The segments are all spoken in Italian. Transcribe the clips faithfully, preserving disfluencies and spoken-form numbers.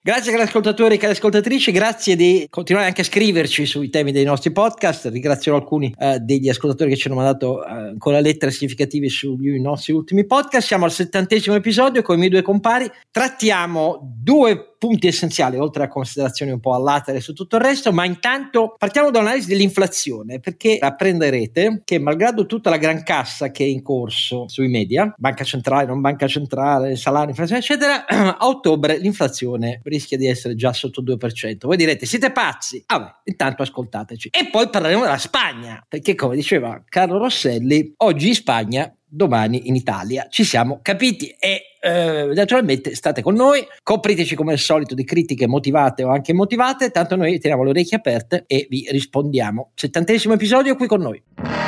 Grazie cari ascoltatori e cari ascoltatrici, grazie di continuare anche a scriverci sui temi dei nostri podcast. Ringrazio alcuni eh, degli ascoltatori che ci hanno mandato eh, ancora lettere significative sui nostri ultimi podcast. Siamo al settantesimo episodio con i miei due compari. Trattiamo due punti essenziali, oltre a considerazioni un po' all'atere su tutto il resto, ma intanto partiamo dall'analisi dell'inflazione, perché apprenderete che malgrado tutta la gran cassa che è in corso sui media, banca centrale, non banca centrale, salario, inflazione eccetera, a ottobre l'inflazione rischia di essere già sotto il due per cento. Voi direte siete pazzi? Ah beh, intanto ascoltateci. E poi parleremo della Spagna, perché come diceva Carlo Rosselli, oggi in Spagna, domani in Italia. Ci siamo capiti e eh, naturalmente state con noi, copriteci come al solito di critiche motivate o anche immotivate, tanto noi teniamo le orecchie aperte e vi rispondiamo. Settantesimo episodio qui con noi.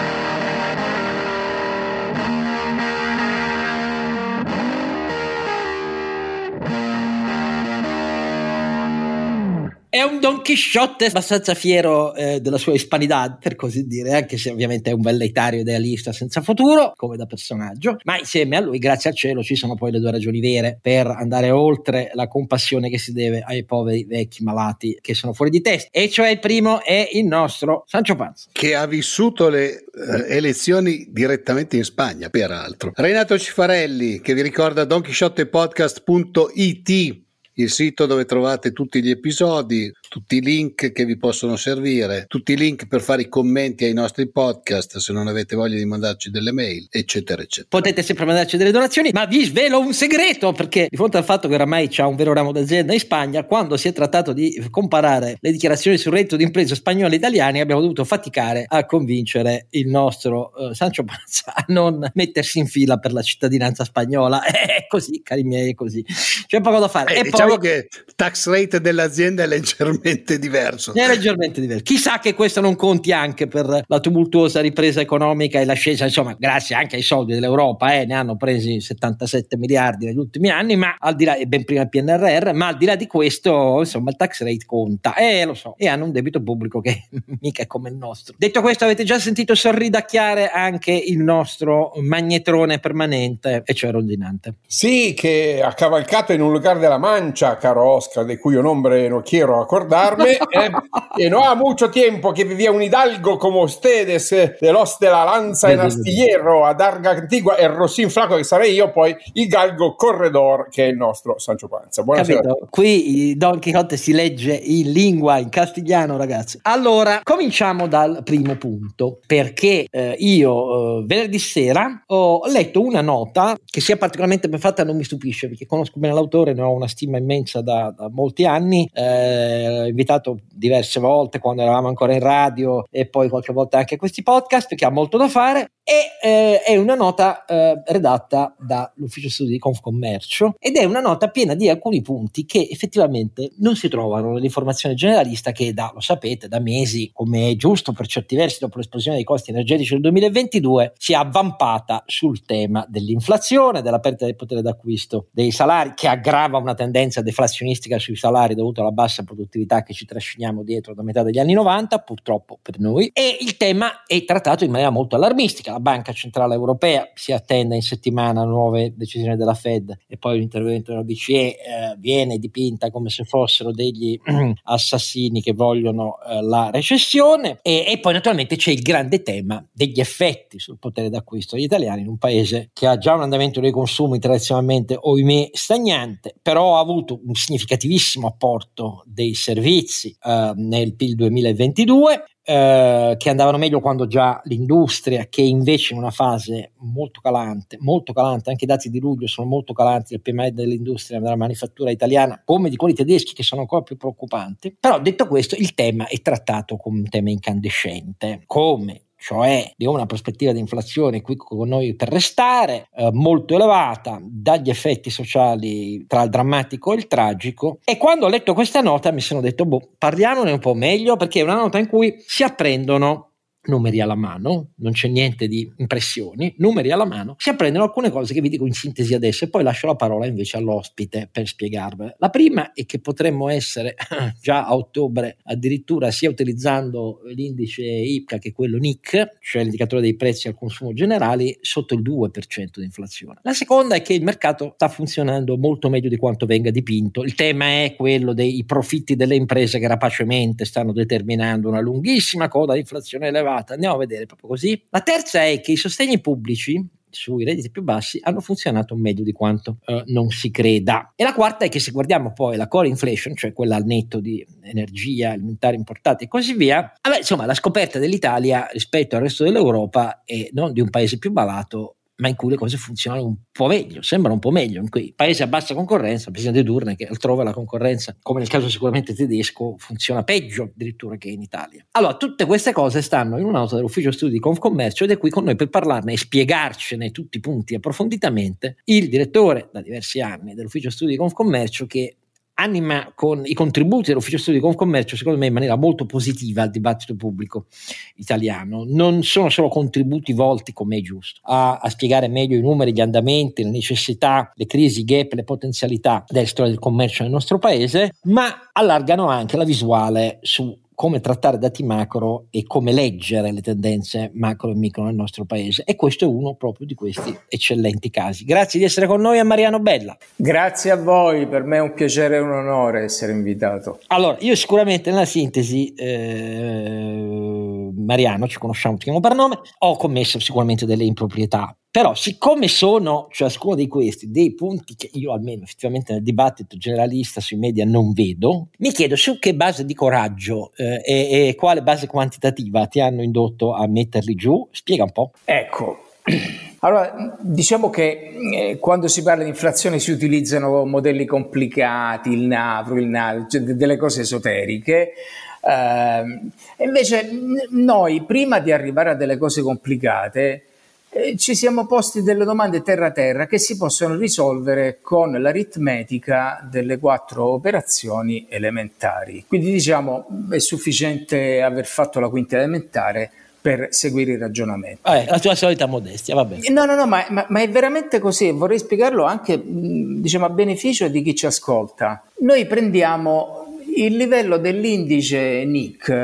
È un Don Chisciotte abbastanza fiero eh, della sua hispanidad, per così dire, anche se ovviamente è un velleitario idealista senza futuro, come da personaggio, ma insieme a lui, grazie al cielo, ci sono poi le due ragioni vere per andare oltre la compassione che si deve ai poveri vecchi malati che sono fuori di testa, e cioè il primo è il nostro Sancho Panza, che ha vissuto le eh, elezioni direttamente in Spagna, peraltro. Renato Cifarelli, che vi ricorda don chisciotte podcast punto it, il sito dove trovate tutti gli episodi, tutti i link che vi possono servire, tutti i link per fare i commenti ai nostri podcast se non avete voglia di mandarci delle mail, eccetera eccetera. Potete sempre mandarci delle donazioni, ma vi svelo un segreto, perché di fronte al fatto che oramai c'è un vero ramo d'azienda in Spagna, quando si è trattato di comparare le dichiarazioni sul reddito d'impresa spagnole e italiane abbiamo dovuto faticare a convincere il nostro uh, Sancho Panza a non mettersi in fila per la cittadinanza spagnola. È così, cari miei, è così, c'è poco da fare. Eh, e diciamo poi che il tax rate dell'azienda è leggermente diverso. È leggermente diverso. Chissà che questo non conti anche per la tumultuosa ripresa economica e l'ascesa, insomma, grazie anche ai soldi dell'Europa, eh, ne hanno presi settantasette miliardi negli ultimi anni, ma al di là, e ben prima il P N R R, ma al di là di questo, insomma, il tax rate conta, eh, lo so, e hanno un debito pubblico che mica è come il nostro. Detto questo, avete già sentito sorridacchiare anche il nostro magnetrone permanente, e cioè Rondinante. Sì, che ha cavalcato in un lugar della Mancia, caro Oscar, de cuyo nombre no quiero acordarme, eh, e no ha mucho tiempo que vivía un hidalgo como ustedes, eh, de los de la lanza en astillero, a Darga Antigua, e Rossin Flaco, che sarei io, poi il galgo corredor, che è il nostro Sancho Panza. Buonasera. Capito? Qui Don Chisciotte si legge in lingua, in castigliano, ragazzi. Allora, cominciamo dal primo punto, perché eh, io eh, venerdì sera ho letto una nota che sia particolarmente ben fatta, non mi stupisce, perché conosco bene l'autore, ne ho una stima immensa da, da molti anni, eh, ho invitato diverse volte quando eravamo ancora in radio e poi qualche volta anche a questi podcast, perché ha molto da fare, e eh, è una nota eh, redatta dall'ufficio studi di Confcommercio, ed è una nota piena di alcuni punti che effettivamente non si trovano nell'informazione generalista che da, lo sapete, da mesi, come è giusto per certi versi dopo l'esplosione dei costi energetici del duemilaventidue, si è avvampata sul tema dell'inflazione, della perdita del potere d'acquisto dei salari, che aggrava una tendenza deflazionistica sui salari dovuta alla bassa produttività che ci trasciniamo dietro da metà degli anni novanta, purtroppo per noi, e il tema è trattato in maniera molto allarmistica. La Banca Centrale Europea si attende in settimana nuove decisioni della Fed e poi l'intervento della B C E, eh, viene dipinta come se fossero degli assassini che vogliono eh, la recessione, e, e poi naturalmente c'è il grande tema degli effetti sul potere d'acquisto degli italiani in un paese che ha già un andamento dei consumi tradizionalmente ohimè stagnante, però ha avuto un significativissimo apporto dei servizi eh, nel P I L duemilaventidue, eh, che andavano meglio quando già l'industria, che invece in una fase molto calante, molto calante, anche i dati di luglio sono molto calanti del P M I dell'industria della manifattura italiana, come di quelli tedeschi, che sono ancora più preoccupanti. Però detto questo, il tema è trattato come un tema incandescente, come cioè di una prospettiva di inflazione qui con noi per restare, eh, molto elevata, dagli effetti sociali tra il drammatico e il tragico. E quando ho letto questa nota mi sono detto, boh, parliamone un po' meglio, perché è una nota in cui si apprendono numeri alla mano, non c'è niente di impressioni, numeri alla mano, si apprendono alcune cose che vi dico in sintesi adesso e poi lascio la parola invece all'ospite per spiegarvele. La prima è che potremmo essere già a ottobre addirittura sia utilizzando l'indice I P C A che quello N I C, cioè l'indicatore dei prezzi al consumo generali, sotto il due per cento di inflazione. La seconda è che il mercato sta funzionando molto meglio di quanto venga dipinto. Il tema è quello dei profitti delle imprese che rapacemente stanno determinando una lunghissima coda di inflazione elevata. Andiamo a vedere proprio così. La terza è che i sostegni pubblici sui redditi più bassi hanno funzionato meglio di quanto eh, non si creda. E la quarta è che se guardiamo poi la core inflation, cioè quella al netto di energia, alimentari importati e così via, vabbè, insomma la scoperta dell'Italia rispetto al resto dell'Europa è non di un paese più malato, ma in cui le cose funzionano un po' meglio, sembra un po' meglio, in cui paesi a bassa concorrenza, bisogna dedurne che altrove la concorrenza, come nel caso sicuramente tedesco, funziona peggio addirittura che in Italia. Allora, tutte queste cose stanno in una nota dell'ufficio studi di Confcommercio ed è qui con noi per parlarne e spiegarcene tutti i punti approfonditamente il direttore da diversi anni dell'ufficio studi di Confcommercio, che anima con i contributi dell'ufficio studi di Confcommercio secondo me in maniera molto positiva al dibattito pubblico italiano. Non sono solo contributi volti, come è giusto, a, a spiegare meglio i numeri, gli andamenti, le necessità, le crisi, i gap, le potenzialità della storia del commercio nel nostro paese, ma allargano anche la visuale su come trattare dati macro e come leggere le tendenze macro e micro nel nostro paese, e questo è uno proprio di questi eccellenti casi. Grazie di essere con noi a Mariano Bella. Grazie a voi, per me è un piacere e un onore essere invitato. Allora, io sicuramente nella sintesi, eh, Mariano, ci conosciamo, ti chiamo per nome, ho commesso sicuramente delle improprietà. Però siccome sono ciascuno di questi dei punti che io almeno effettivamente nel dibattito generalista sui media non vedo, mi chiedo su che base di coraggio eh, e, e quale base quantitativa ti hanno indotto a metterli giù? Spiega un po'. Ecco, allora diciamo che eh, quando si parla di inflazione si utilizzano modelli complicati, il NAVRO, il NAV, cioè delle cose esoteriche. Uh, invece noi prima di arrivare a delle cose complicate Eh, ci siamo posti delle domande terra terra che si possono risolvere con l'aritmetica delle quattro operazioni elementari. Quindi diciamo è sufficiente aver fatto la quinta elementare per seguire il ragionamento. Eh, la tua solita modestia, va bene. No, no, no, ma, ma, ma è veramente così. Vorrei spiegarlo anche diciamo a beneficio di chi ci ascolta. Noi prendiamo il livello dell'indice N I C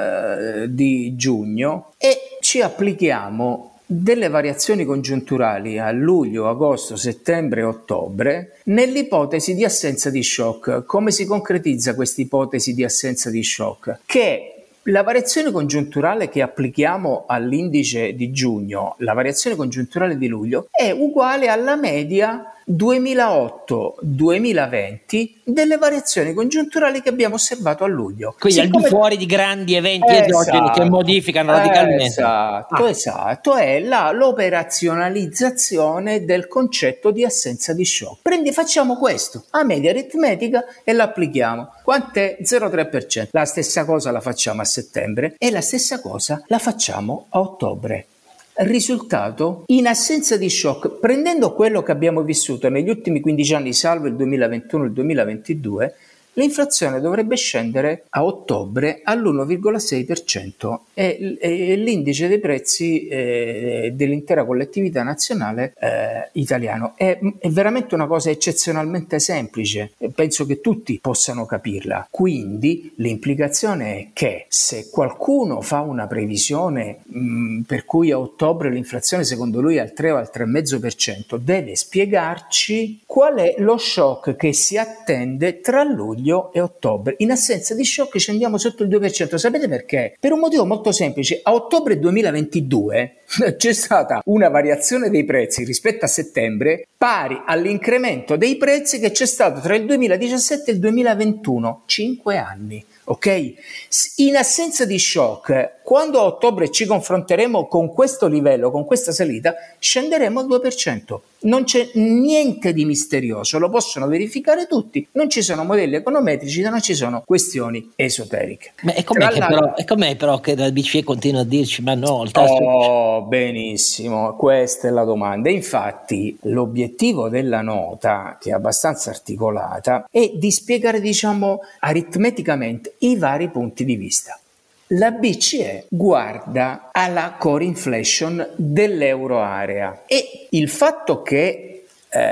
eh, di giugno e ci applichiamo delle variazioni congiunturali a luglio, agosto, settembre e ottobre nell'ipotesi di assenza di shock. Come si concretizza questa ipotesi di assenza di shock? Che la variazione congiunturale che applichiamo all'indice di giugno, la variazione congiunturale di luglio, è uguale alla media duemilaotto duemilaventi delle variazioni congiunturali che abbiamo osservato a luglio. Quindi Siccome... al di fuori di grandi eventi esogeni esatto, che modificano radicalmente. Esatto, ah. esatto, è la, l'operazionalizzazione del concetto di assenza di shock. Prendi, facciamo questo, a media aritmetica e l'applichiamo. Quant'è? zero virgola tre per cento. La stessa cosa la facciamo a settembre e la stessa cosa la facciamo a ottobre. Risultato, in assenza di shock, prendendo quello che abbiamo vissuto negli ultimi quindici anni, salvo il duemilaventuno e il duemilaventidue, l'inflazione dovrebbe scendere a ottobre all'uno virgola sei per cento e, e l'indice dei prezzi eh, dell'intera collettività nazionale eh, italiano. È, è veramente una cosa eccezionalmente semplice, penso che tutti possano capirla. Quindi l'implicazione è che se qualcuno fa una previsione mh, per cui a ottobre l'inflazione secondo lui è al tre o al tre virgola cinque per cento, deve spiegarci qual è lo shock che si attende tra luglio e ottobre. In assenza di shock scendiamo sotto il due per cento. Sapete perché? Per un motivo molto semplice. A ottobre duemilaventidue c'è stata una variazione dei prezzi rispetto a settembre pari all'incremento dei prezzi che c'è stato tra il duemiladiciassette e il duemilaventuno. Cinque anni. Ok? In assenza di shock, quando a ottobre ci confronteremo con questo livello, con questa salita, scenderemo al due per cento. Non c'è niente di misterioso, lo possono verificare tutti, non ci sono modelli econometrici, non ci sono questioni esoteriche. Ma è com'è, che la... però, è com'è però che la B C E continua a dirci ma no, il tasso... Oh, benissimo, questa è la domanda. Infatti l'obiettivo della nota, che è abbastanza articolata, è di spiegare, diciamo, aritmeticamente i vari punti di vista. La B C E guarda alla core inflation dell'euroarea e il fatto che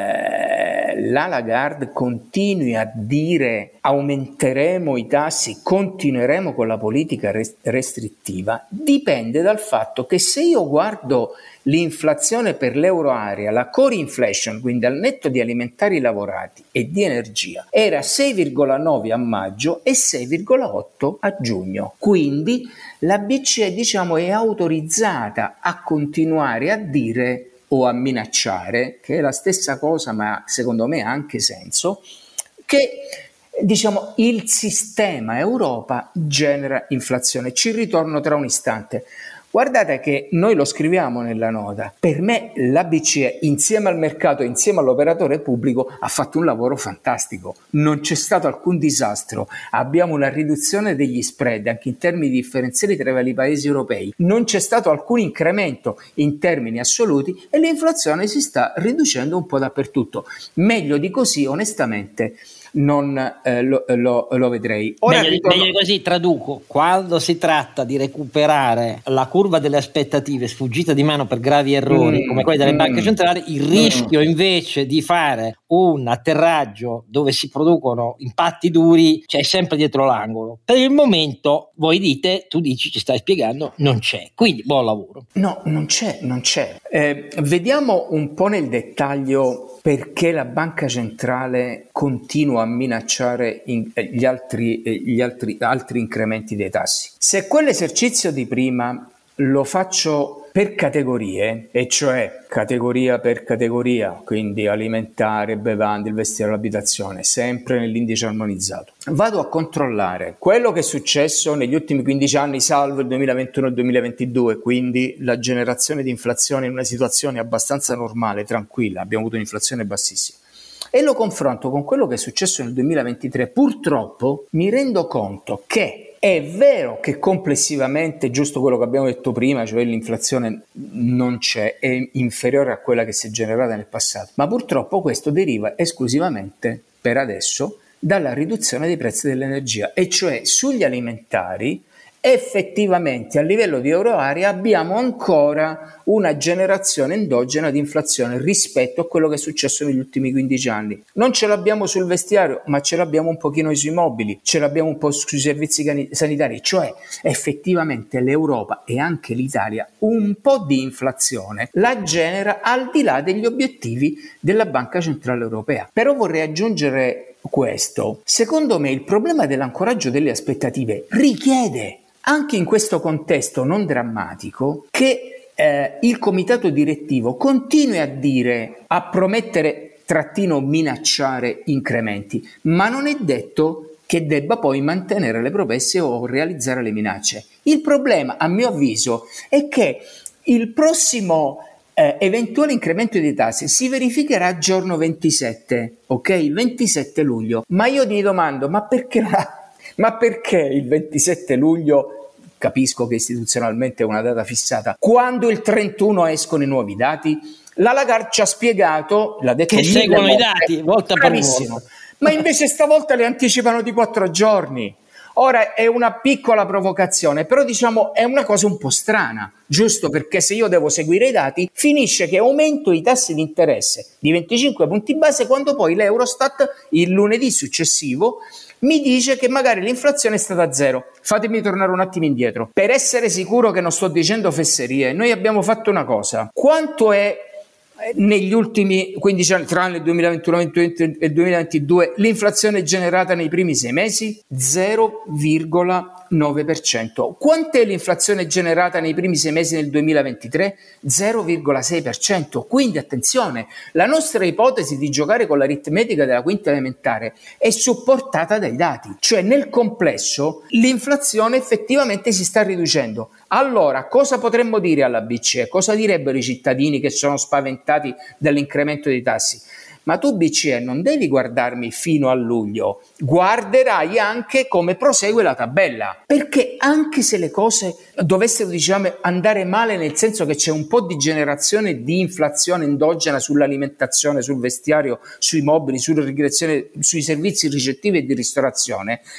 eh, la Lagarde continui a dire aumenteremo i tassi, continueremo con la politica restrittiva, dipende dal fatto che se io guardo l'inflazione per l'euroarea, la core inflation, quindi al netto di alimentari lavorati e di energia, era sei virgola nove a maggio e sei virgola otto a giugno. Quindi la B C E, diciamo, è autorizzata a continuare a dire o a minacciare, che è la stessa cosa ma secondo me ha anche senso, che diciamo il sistema Europa genera inflazione. Ci ritorno tra un istante. Guardate che noi lo scriviamo nella nota, per me la B C E insieme al mercato, insieme all'operatore pubblico ha fatto un lavoro fantastico, non c'è stato alcun disastro, abbiamo una riduzione degli spread anche in termini differenziali tra i vari paesi europei, non c'è stato alcun incremento in termini assoluti e l'inflazione si sta riducendo un po' dappertutto, meglio di così onestamente non eh, lo, lo, lo vedrei. Ora meglio, ritorno... meglio così, traduco, quando si tratta di recuperare la curva delle aspettative sfuggita di mano per gravi errori mm, come quelli delle mm, banche centrali, il rischio mm. invece di fare un atterraggio dove si producono impatti duri c'è sempre dietro l'angolo. Per il momento voi dite, tu dici, ci stai spiegando, non c'è, quindi buon lavoro. No, non c'è, non c'è. Eh, vediamo un po' nel dettaglio perché la banca centrale continua a minacciare in, eh, gli, altri, eh, gli altri, altri incrementi dei tassi. Se quell'esercizio di prima lo faccio per categorie, e cioè categoria per categoria, quindi alimentare, bevande, il vestire, l'abitazione, sempre nell'indice armonizzato, vado a controllare quello che è successo negli ultimi quindici anni, salvo il duemilaventuno e il duemilaventidue, quindi la generazione di inflazione in una situazione abbastanza normale, tranquilla, abbiamo avuto un'inflazione bassissima, e lo confronto con quello che è successo nel duemilaventitré. Purtroppo mi rendo conto che è vero che complessivamente, giusto quello che abbiamo detto prima, cioè l'inflazione non c'è, è inferiore a quella che si è generata nel passato, ma purtroppo questo deriva esclusivamente, per adesso, dalla riduzione dei prezzi dell'energia, e cioè sugli alimentari effettivamente a livello di euroarea abbiamo ancora una generazione endogena di inflazione rispetto a quello che è successo negli ultimi quindici anni. Non ce l'abbiamo sul vestiario, ma ce l'abbiamo un pochino sui mobili, ce l'abbiamo un po' sui servizi sanitari, cioè effettivamente l'Europa e anche l'Italia un po' di inflazione la genera al di là degli obiettivi della Banca Centrale Europea. Però vorrei aggiungere questo: secondo me il problema dell'ancoraggio delle aspettative richiede, anche in questo contesto non drammatico, che eh, il comitato direttivo continui a dire, a promettere trattino minacciare incrementi, ma non è detto che debba poi mantenere le promesse o realizzare le minacce. Il problema, a mio avviso, è che il prossimo Eh, eventuale incremento dei tassi si verificherà giorno ventisette, ok? Il ventisette luglio. Ma io ti domando, ma perché, la, ma perché il ventisette luglio? Capisco che istituzionalmente è una data fissata. Quando il trentuno escono i nuovi dati? La Lagarde ci ha spiegato, l'ha detto che seguono volte, i dati, volta per volta. Ma invece stavolta le anticipano di quattro giorni. Ora è una piccola provocazione, però diciamo è una cosa un po' strana, giusto perché se io devo seguire i dati finisce che aumento i tassi di interesse di venticinque punti base quando poi l'Eurostat il lunedì successivo mi dice che magari l'inflazione è stata a zero. Fatemi tornare un attimo indietro. Per essere sicuro che non sto dicendo fesserie, noi abbiamo fatto una cosa. Quanto è negli ultimi quindici anni, tra il duemilaventuno e il duemilaventidue, l'inflazione generata nei primi sei mesi? zero virgola nove per cento. Quant'è l'inflazione generata nei primi sei mesi del duemilaventitré? zero virgola sei per cento. Quindi attenzione, la nostra ipotesi di giocare con l'aritmetica della quinta elementare è supportata dai dati, cioè nel complesso l'inflazione effettivamente si sta riducendo. Allora, cosa potremmo dire alla B C E? Cosa direbbero i cittadini che sono spaventati dall'incremento dei tassi? Ma tu B C E non devi guardarmi fino a luglio, guarderai anche come prosegue la tabella, perché anche se le cose dovessero diciamo andare male, nel senso che c'è un po' di generazione di inflazione endogena sull'alimentazione, sul vestiario, sui mobili, sulla ricreazione, sui servizi ricettivi e di ristorazione,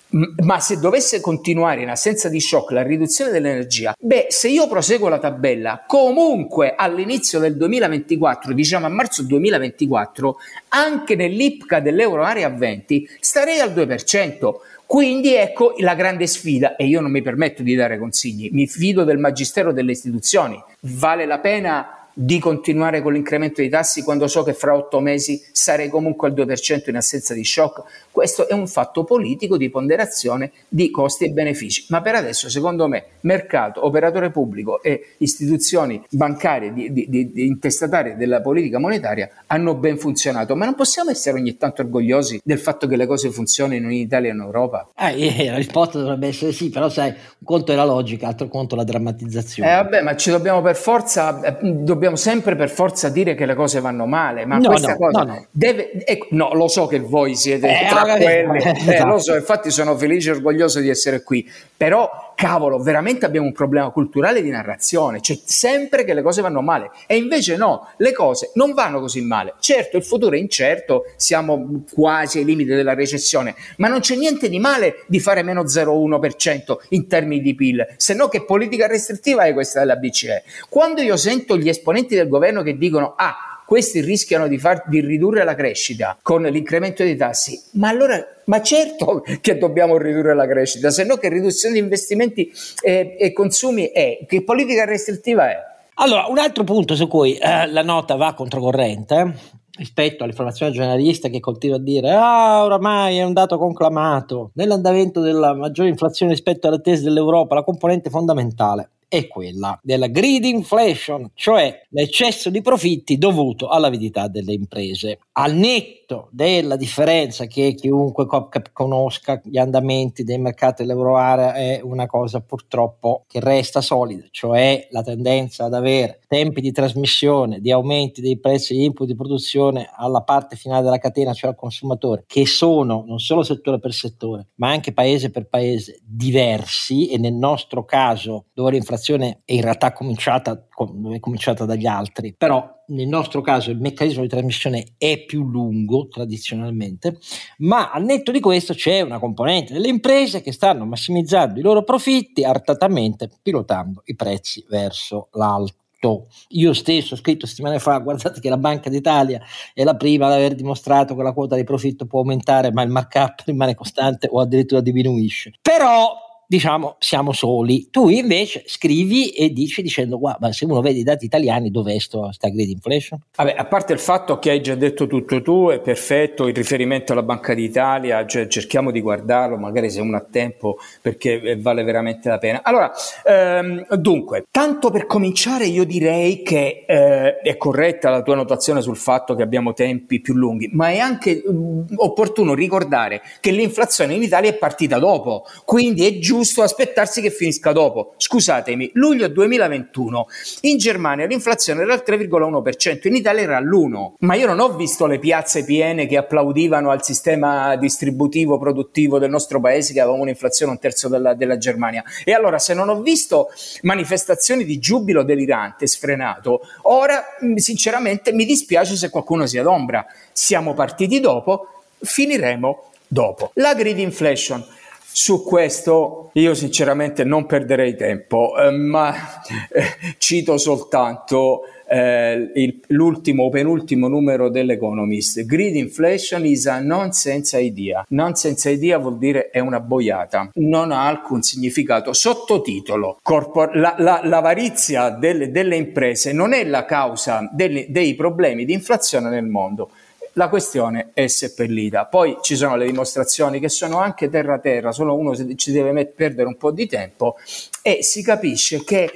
Ma se dovesse continuare in assenza di shock la riduzione dell'energia, beh, se io proseguo la tabella, comunque all'inizio del duemilaventiquattro, diciamo a marzo duemilaventiquattro, anche nell'I P C A dell'euro area venti starei al due per cento. Quindi ecco la grande sfida, e io non mi permetto di dare consigli, mi fido del magistero delle istituzioni. Vale la pena di continuare con l'incremento dei tassi quando so che fra otto mesi sarei comunque al due per cento in assenza di shock? Questo è un fatto politico di ponderazione di costi e benefici, ma per adesso secondo me mercato, operatore pubblico e istituzioni bancarie di, di, di, di intestatarie della politica monetaria hanno ben funzionato, ma non possiamo essere ogni tanto orgogliosi del fatto che le cose funzionino in Italia e in Europa? Eh, la risposta dovrebbe essere sì, però sai, un conto è la logica, altro conto la drammatizzazione. Eh vabbè, ma ci dobbiamo per forza, eh, dobbiamo sempre per forza dire che le cose vanno male, ma no, questa no, cosa no, no. deve, ecco, no, lo so che voi siete Eh, tra vabbè, quelli, eh, eh, lo so, infatti sono felice e orgoglioso di essere qui, però cavolo, veramente abbiamo un problema culturale di narrazione, cioè sempre che le cose vanno male, e invece no, le cose non vanno così male. Certo, il futuro è incerto, siamo quasi ai limiti della recessione, ma non c'è niente di male di fare meno zero virgola uno per cento in termini di P I L, se no che politica restrittiva è questa della B C E? Quando io sento gli esponenti del governo che dicono ah, questi rischiano di, far, di ridurre la crescita con l'incremento dei tassi, ma allora, ma certo che dobbiamo ridurre la crescita, se no che riduzione di investimenti e, e consumi è, che politica restrittiva è? Allora, un altro punto su cui eh, la nota va controcorrente eh, rispetto all'informazione giornalista che continua a dire ah, oramai è un dato conclamato, nell'andamento della maggiore inflazione rispetto alle attese dell'Europa la componente fondamentale è quella della greed inflation, cioè l'eccesso di profitti dovuto all'avidità delle imprese. Al netto della differenza che chiunque conosca gli andamenti dei mercati dell'euroarea è una cosa purtroppo che resta solida, cioè la tendenza ad avere tempi di trasmissione, di aumenti dei prezzi di input di produzione alla parte finale della catena, cioè al consumatore, che sono non solo settore per settore, ma anche paese per paese diversi, e nel nostro caso dove l'inflazione è in realtà cominciata, è cominciata dagli altri, però nel nostro caso il meccanismo di trasmissione è più lungo tradizionalmente, ma al netto di questo c'è una componente delle imprese che stanno massimizzando i loro profitti artatamente, pilotando i prezzi verso l'alto. Io stesso ho scritto settimane fa, guardate che la Banca d'Italia è la prima ad aver dimostrato che la quota di profitto può aumentare ma il markup rimane costante o addirittura diminuisce, però diciamo siamo soli. Tu invece scrivi e dici dicendo guarda, se uno vede i dati italiani dov'è sto, sta great inflation? Vabbè, a parte il fatto che hai già detto tutto tu, è perfetto il riferimento alla Banca d'Italia, cioè cerchiamo di guardarlo magari se uno ha tempo, perché vale veramente la pena. Allora, ehm, dunque, tanto per cominciare io direi che eh, è corretta la tua notazione sul fatto che abbiamo tempi più lunghi, ma è anche mh, opportuno ricordare che l'inflazione in Italia è partita dopo, quindi è giusto giusto aspettarsi che finisca dopo. Scusatemi, luglio duemilaventuno in Germania l'inflazione era al tre virgola uno per cento, in Italia era all'uno, ma io non ho visto le piazze piene che applaudivano al sistema distributivo produttivo del nostro paese che aveva un'inflazione un terzo della, della Germania. E allora, se non ho visto manifestazioni di giubilo delirante, sfrenato, ora sinceramente mi dispiace se qualcuno si adombra. Siamo partiti dopo, finiremo dopo. La greed inflation, su questo io sinceramente non perderei tempo, eh, ma eh, cito soltanto eh, il, l'ultimo o penultimo numero dell'Economist. Greed inflation is a nonsense idea. Nonsense idea vuol dire è una boiata, non ha alcun significato. Sottotitolo: corpor- la, la, l'avarizia delle, delle imprese non è la causa delle, dei problemi di inflazione nel mondo. La questione è seppellita. Poi ci sono le dimostrazioni che sono anche terra terra, solo uno ci deve met- perdere un po' di tempo e si capisce che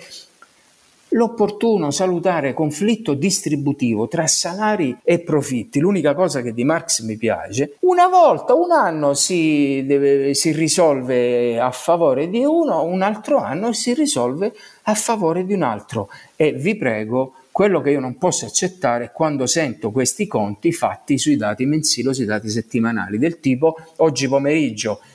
l'opportuno, salutare conflitto distributivo tra salari e profitti, l'unica cosa che di Marx mi piace, una volta, un anno si, deve, si risolve a favore di uno, un altro anno si risolve a favore di un altro. E vi prego, quello che io non posso accettare è quando sento questi conti fatti sui dati mensili o sui dati settimanali, del tipo oggi pomeriggio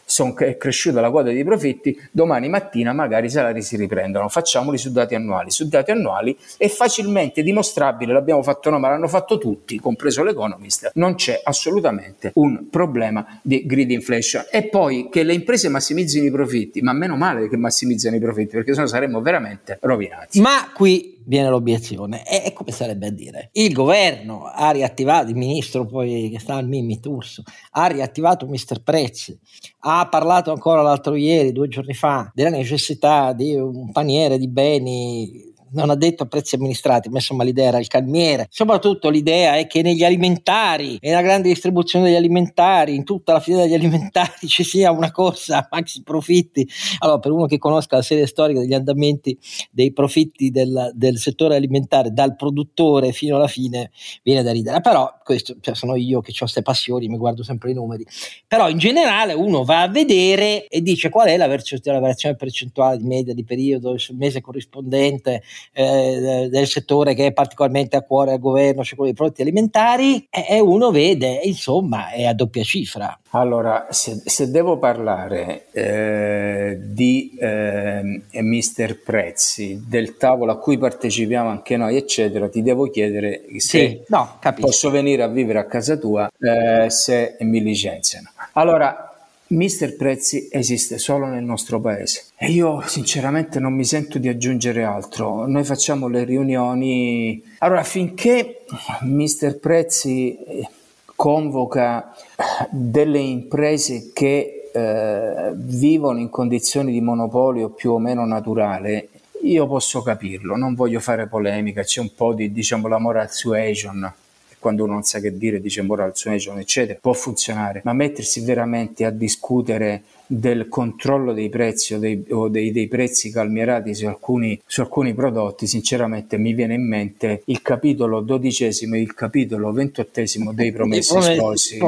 son, è cresciuta la quota di profitti, domani mattina magari i salari si riprendono, facciamoli su dati annuali, su dati annuali è facilmente dimostrabile, l'abbiamo fatto noi ma l'hanno fatto tutti, compreso l'Economist, non c'è assolutamente un problema di greed inflation. E poi che le imprese massimizzino i profitti, ma meno male che massimizzano i profitti, perché sennò saremmo veramente rovinati. Ma qui viene l'obiezione, e, e come sarebbe a dire? Il governo ha riattivato, il ministro poi che sta al Mimit Urso, ha riattivato mister Prezzi, ha parlato ancora l'altro ieri, due giorni fa, della necessità di un paniere di beni, non ha detto a prezzi amministrati, ma insomma l'idea era il calmiere. Soprattutto l'idea è che negli alimentari e nella grande distribuzione degli alimentari, in tutta la filiera degli alimentari, ci sia una corsa a maxi profitti. Allora, per uno che conosca la serie storica degli andamenti dei profitti del, del settore alimentare dal produttore fino alla fine, viene da ridere. Però questo, cioè, sono io che ho queste passioni, mi guardo sempre i numeri. Però in generale uno va a vedere e dice qual è la, verso- la variazione percentuale di media di periodo sul mese corrispondente Eh, del settore che è particolarmente a cuore al governo, cioè quello dei prodotti alimentari, e, e uno vede, insomma, è a doppia cifra. Allora, se, se devo parlare eh, di eh, mister Prezzi, del tavolo a cui partecipiamo anche noi, eccetera, ti devo chiedere se sì, no, posso venire a vivere a casa tua eh, se mi licenziano. Allora, mister Prezzi esiste solo nel nostro paese e io sinceramente non mi sento di aggiungere altro. Noi facciamo le riunioni, allora finché mister Prezzi convoca delle imprese che eh, vivono in condizioni di monopolio più o meno naturale, io posso capirlo, non voglio fare polemica, c'è un po' di, diciamo, la moral suasion. Quando uno non sa che dire dice moral suasion eccetera, può funzionare, ma mettersi veramente a discutere del controllo dei prezzi o dei, o dei, dei prezzi calmierati su alcuni, su alcuni prodotti, sinceramente mi viene in mente il capitolo dodicesimo e il capitolo ventottesimo dei Promessi Sposi.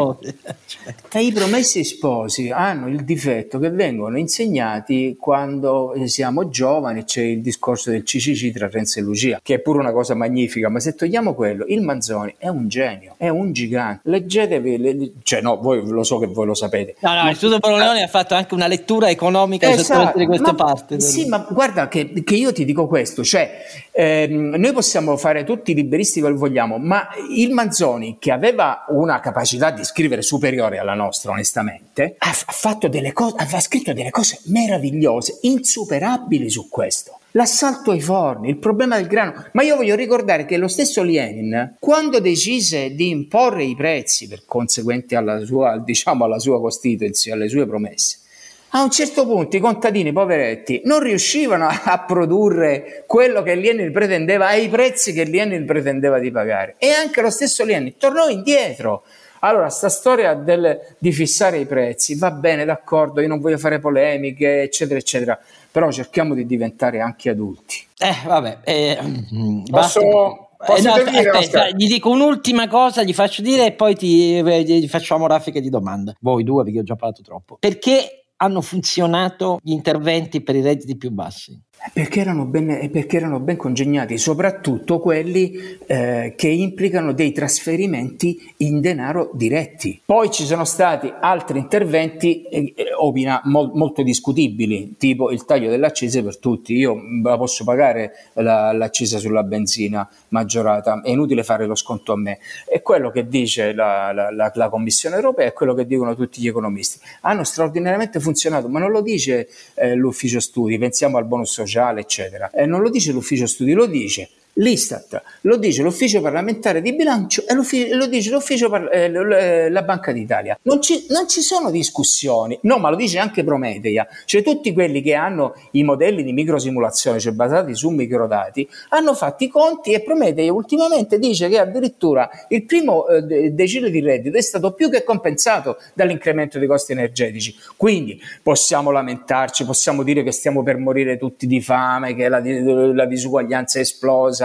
E i Promessi Sposi hanno il difetto che vengono insegnati quando siamo giovani, c'è il discorso del C C C tra Renzi e Lucia, che è pure una cosa magnifica, ma se togliamo quello, il Manzoni è un genio, è un gigante, leggetevi, le, cioè no, voi lo so che voi lo sapete. No, no, il Studio Borleone ha fatto anche una lettura economica esatto, di questa ma, parte. Sì, ma guarda che, che io ti dico questo, cioè ehm, noi possiamo fare tutti i liberisti che vogliamo, ma il Manzoni, che aveva una capacità di scrivere superiore alla nostra, onestamente, ha, ha fatto delle cose, ha scritto delle cose meravigliose, insuperabili su questo. L'assalto ai forni, il problema del grano, ma io voglio ricordare che lo stesso Lenin, quando decise di imporre i prezzi per conseguente alla sua, diciamo, alla sua constituency, alle sue promesse, a un certo punto i contadini poveretti non riuscivano a produrre quello che Lenin pretendeva ai prezzi che Lenin pretendeva di pagare, e anche lo stesso Lenin tornò indietro. Allora, sta storia del, di fissare i prezzi va bene, d'accordo, io non voglio fare polemiche, eccetera, eccetera, però cerchiamo di diventare anche adulti. Eh, vabbè, eh, posso, posso eh, no, dire, aspetta, gli dico un'ultima cosa, gli faccio dire e poi ti, gli facciamo raffiche di domande. Voi due, perché ho già parlato troppo. Perché hanno funzionato gli interventi per i redditi più bassi? Perché erano ben, perché erano ben congegnati, soprattutto quelli eh, che implicano dei trasferimenti in denaro diretti. Poi ci sono stati altri interventi eh, opina, mol, molto discutibili, tipo il taglio delle accise per tutti. Io la posso pagare la, l'accisa sulla benzina maggiorata, è inutile fare lo sconto a me. È quello che dice la, la, la, la Commissione europea, è quello che dicono tutti gli economisti. Hanno straordinariamente funzionato, ma non lo dice eh, l'ufficio studi, pensiamo al bonus sociale, eccetera. E non lo dice l'ufficio studi, lo dice l'Istat, lo dice l'ufficio parlamentare di bilancio e lo dice l'ufficio par- eh, la Banca d'Italia. Non ci, non ci sono discussioni, no, ma lo dice anche Prometeia, cioè tutti quelli che hanno i modelli di microsimulazione, cioè basati su microdati, hanno fatto i conti, e Prometeia ultimamente dice che addirittura il primo eh, decile di reddito è stato più che compensato dall'incremento dei costi energetici. Quindi possiamo lamentarci, possiamo dire che stiamo per morire tutti di fame, che la, la disuguaglianza è esplosa,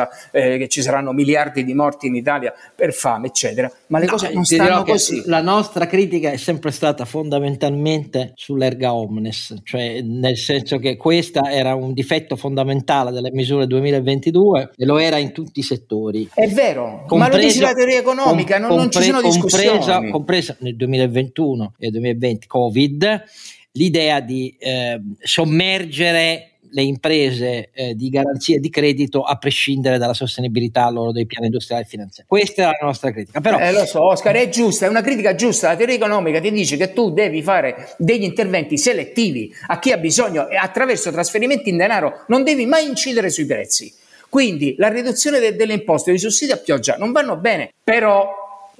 cosa, eh, che ci saranno miliardi di morti in Italia per fame, eccetera, ma le no, cose non ti stanno dirò che così. La nostra critica è sempre stata fondamentalmente sull'erga omnes, cioè nel senso che questa era un difetto fondamentale delle misure duemilaventidue e lo era in tutti i settori. È vero, compreso, ma lo dice la teoria economica, com, non, non ci sono discussioni. Compresa, compresa nel duemilaventuno e duemilaventi Covid, l'idea di eh, sommergere le imprese eh, di garanzia di credito a prescindere dalla sostenibilità loro dei piani industriali e finanziari. Questa è la nostra critica. Però, eh, lo so, Oscar, è giusta, è una critica giusta. La teoria economica ti dice che tu devi fare degli interventi selettivi a chi ha bisogno e attraverso trasferimenti in denaro non devi mai incidere sui prezzi. Quindi la riduzione de- delle imposte, dei sussidi a pioggia non vanno bene, però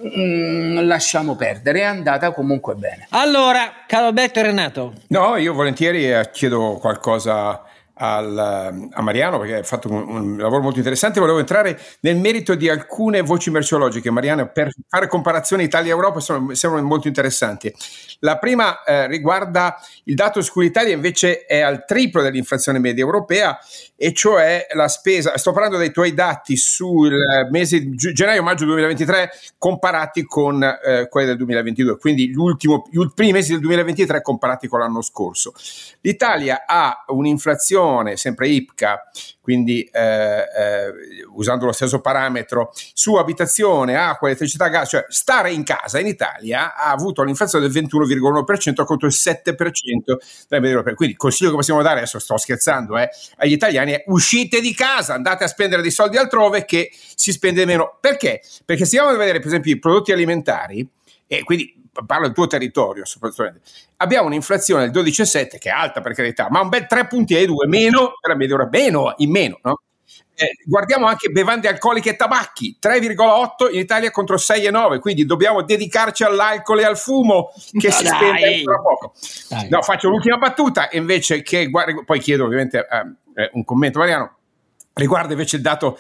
Mm, lasciamo perdere, è andata comunque bene. Allora, caro Alberto e Renato. No, io volentieri eh, chiedo qualcosa al, a Mariano, perché ha fatto un, un lavoro molto interessante. Volevo entrare nel merito di alcune voci merceologiche, Mariano, per fare comparazioni Italia-Europa, sono, sembrano molto interessanti. La prima eh, riguarda il dato su cui l'Italia invece è al triplo dell'inflazione media europea, e cioè la spesa, sto parlando dei tuoi dati sul mese di gennaio-maggio duemilaventitré comparati con eh, quelli del duemilaventidue, quindi l'ultimo, gli primi mesi del duemilaventitré comparati con l'anno scorso. L'Italia ha un'inflazione, sempre I P C A, quindi eh, eh, usando lo stesso parametro, su abitazione, acqua, elettricità, gas, cioè stare in casa in Italia ha avuto un'inflazione del ventuno virgola uno per cento contro il sette per cento della media europea. Quindi il consiglio che possiamo dare, adesso sto scherzando, eh, agli italiani è: uscite di casa, andate a spendere dei soldi altrove che si spende meno. Perché? Perché se andiamo a vedere per esempio i prodotti alimentari, e quindi parlo del tuo territorio soprattutto, abbiamo un'inflazione del dodici virgola sette che è alta per carità, ma un bel tre punti e due meno per la media europea, meno in meno, no? Eh, guardiamo anche bevande alcoliche e tabacchi, tre virgola otto in Italia contro sei virgola nove, quindi dobbiamo dedicarci all'alcol e al fumo che no, si dai. spende ancora poco. Dai. No, faccio l'ultima battuta e invece che guarda, poi chiedo ovviamente eh, un commento, Mariano, riguarda invece il dato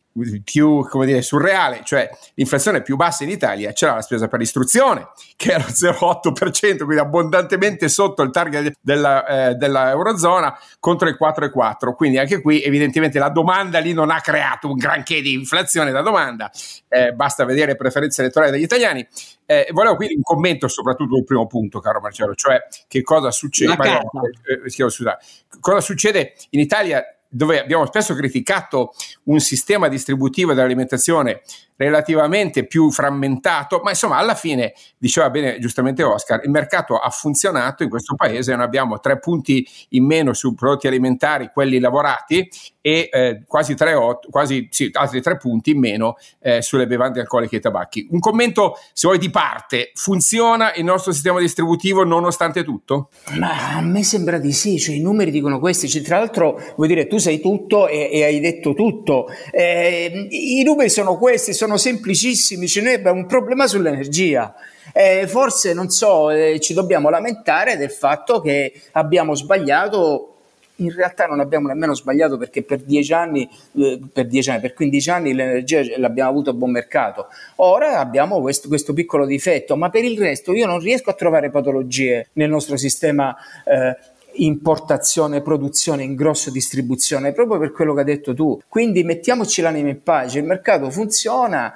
più, come dire, surreale, cioè l'inflazione più bassa in Italia c'era la spesa per l'istruzione, che era zero virgola otto per cento, quindi abbondantemente sotto il target della, eh, della Eurozona, contro il quattro virgola quattro, quindi anche qui evidentemente la domanda lì non ha creato un granché di inflazione da domanda, eh, basta vedere le preferenze elettorali degli italiani. Eh, volevo quindi un commento soprattutto sul primo punto, caro Marcello, cioè che cosa succede, Mariano, eh, eh, cosa succede in Italia, dove abbiamo spesso criticato un sistema distributivo dell'alimentazione relativamente più frammentato, ma insomma alla fine, diceva bene giustamente Oscar, il mercato ha funzionato in questo paese, noi abbiamo tre punti in meno su prodotti alimentari, quelli lavorati, e eh, quasi, tre, otto, quasi sì, altri tre punti in meno eh, sulle bevande alcoliche e tabacchi. Un commento, se vuoi, di parte: funziona il nostro sistema distributivo nonostante tutto? Ma a me sembra di sì, cioè i numeri dicono questi, cioè, tra l'altro vuoi dire tu sai tutto e, e hai detto tutto, eh, i numeri sono questi, sono semplicissimi, cioè noi abbiamo un problema sull'energia. Eh, forse non so, eh, ci dobbiamo lamentare del fatto che abbiamo sbagliato. In realtà non abbiamo nemmeno sbagliato, perché per dieci anni, eh, per dieci anni, per quindici anni l'energia l'abbiamo avuto a buon mercato. Ora abbiamo questo, questo piccolo difetto, ma per il resto io non riesco a trovare patologie nel nostro sistema eh, importazione, produzione, ingrosso, distribuzione, proprio per quello che hai detto tu. Quindi mettiamoci l'anima in pace, il mercato funziona,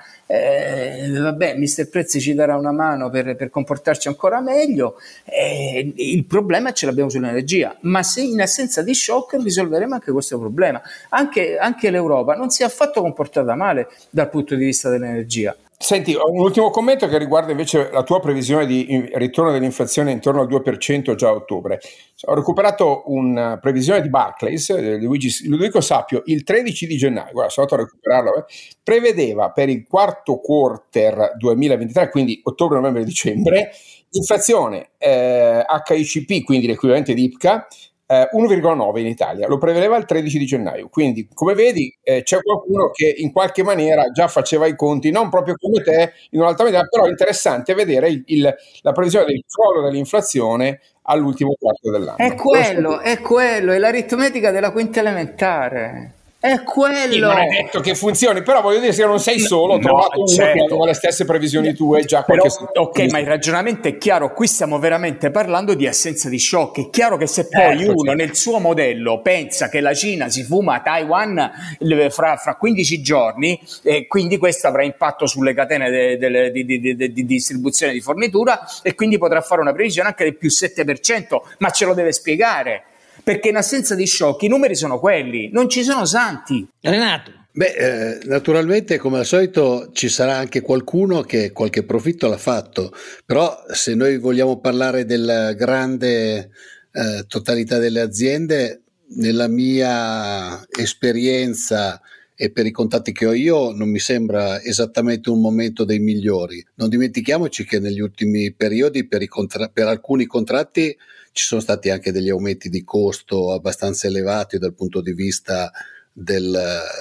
eh, vabbè, mister Prezzi ci darà una mano per, per comportarci ancora meglio, eh, il problema ce l'abbiamo sull'energia, ma se in assenza di shock risolveremo anche questo problema. Anche, anche l'Europa non si è affatto comportata male dal punto di vista dell'energia. Senti, un ultimo commento che riguarda invece la tua previsione di ritorno dell'inflazione intorno al due per cento già a ottobre. Ho recuperato una previsione di Barclays, di Luigi, Ludovico Sapio, il tredici di gennaio, guarda, sono andato a recuperarlo, eh, prevedeva per il quarto quarter duemilaventitré, quindi ottobre, novembre e dicembre, inflazione eh, H I C P, quindi l'equivalente di I P C A, Uh, uno virgola nove in Italia, lo prevedeva il tredici di gennaio, quindi come vedi eh, c'è qualcuno che in qualche maniera già faceva i conti, non proprio come te in un'altra maniera, però è interessante vedere il, il, la previsione del crollo dell'inflazione all'ultimo quarto dell'anno. È quello, è quello, è l'aritmetica della quinta elementare. È quello. Sì, non è detto che funzioni, però voglio dire, se non sei solo, ho no, trovato uno certo. che aveva le stesse previsioni tue già però, qualche ok, ma il ragionamento è chiaro, qui stiamo veramente parlando di assenza di shock. È chiaro che se poi Certo, uno certo. nel suo modello pensa che la Cina si fuma Taiwan fra, fra quindici giorni, e quindi questo avrà impatto sulle catene de, de, de, de, de, de, di distribuzione di fornitura, e quindi potrà fare una previsione anche del più sette per cento, ma ce lo deve spiegare. Perché in assenza di shock i numeri sono quelli, non ci sono santi. Renato. Beh, eh, naturalmente come al solito ci sarà anche qualcuno che qualche profitto l'ha fatto, però se noi vogliamo parlare della grande eh, totalità delle aziende, nella mia esperienza e per i contatti che ho io non mi sembra esattamente un momento dei migliori. Non dimentichiamoci che negli ultimi periodi per, i contra- per alcuni contratti ci sono stati anche degli aumenti di costo abbastanza elevati dal punto di vista del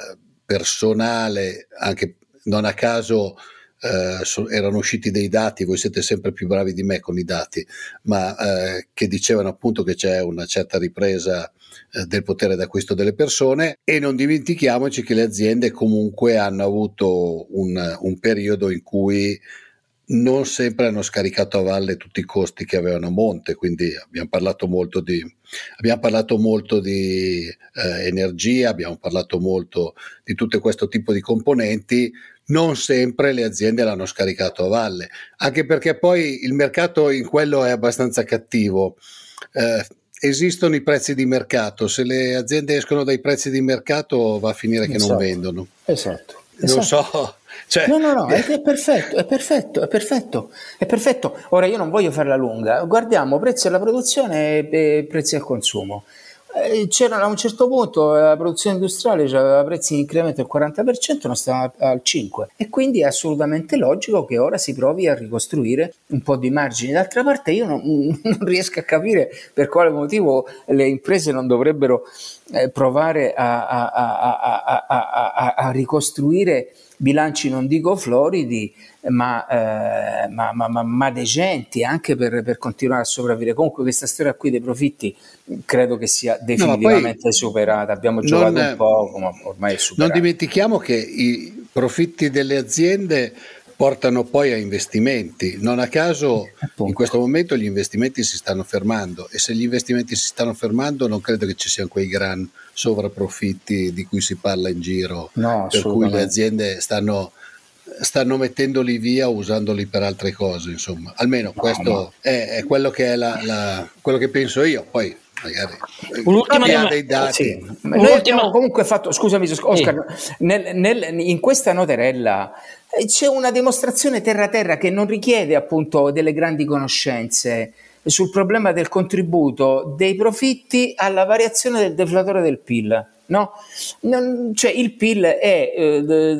personale, anche non a caso eh, so, erano usciti dei dati, voi siete sempre più bravi di me con i dati, ma eh, che dicevano appunto che c'è una certa ripresa eh, del potere d'acquisto delle persone, e non dimentichiamoci che le aziende comunque hanno avuto un, un periodo in cui non sempre hanno scaricato a valle tutti i costi che avevano a monte, quindi abbiamo parlato molto di, abbiamo parlato molto di eh, energia, abbiamo parlato molto di tutto questo tipo di componenti. Non sempre le aziende l'hanno scaricato a valle, anche perché poi il mercato in quello è abbastanza cattivo. Eh, esistono i prezzi di mercato, se le aziende escono dai prezzi di mercato va a finire che Esatto. non vendono. Esatto. Non esatto. so. Cioè, no, no, no, è, è perfetto, è perfetto, è perfetto, è perfetto. Ora io non voglio farla lunga, guardiamo prezzi alla produzione e prezzi al consumo. Eh, c'era a un certo punto la produzione industriale aveva prezzi in incremento del quaranta per cento, non stava al cinque per cento, e quindi è assolutamente logico che ora si provi a ricostruire un po' di margini. D'altra parte io non, non riesco a capire per quale motivo le imprese non dovrebbero eh, provare a, a, a, a, a, a, a ricostruire bilanci, non dico floridi, ma, eh, ma, ma, ma, ma decenti, anche per, per continuare a sopravvivere. Comunque questa storia qui dei profitti credo che sia definitivamente no, superata. Abbiamo giocato non, un po', ma ormai è superata. Non dimentichiamo che i profitti delle aziende portano poi a investimenti. Non a caso in questo momento gli investimenti si stanno fermando, e se gli investimenti si stanno fermando non credo che ci siano quei gran sovrapprofitti di cui si parla in giro, no, per cui le aziende stanno, stanno mettendoli via, usandoli per altre cose, insomma. Almeno no, questo no. È, è quello che è la, la, quello che penso io. Poi magari un'ultima domanda, dei dati. Sì. Noi abbiamo comunque fatto, scusami Oscar, sì. nel, nel, in questa noterella c'è una dimostrazione terra terra che non richiede appunto delle grandi conoscenze sul problema del contributo dei profitti alla variazione del deflatore del P I L. No? Non, cioè il P I L è eh, de,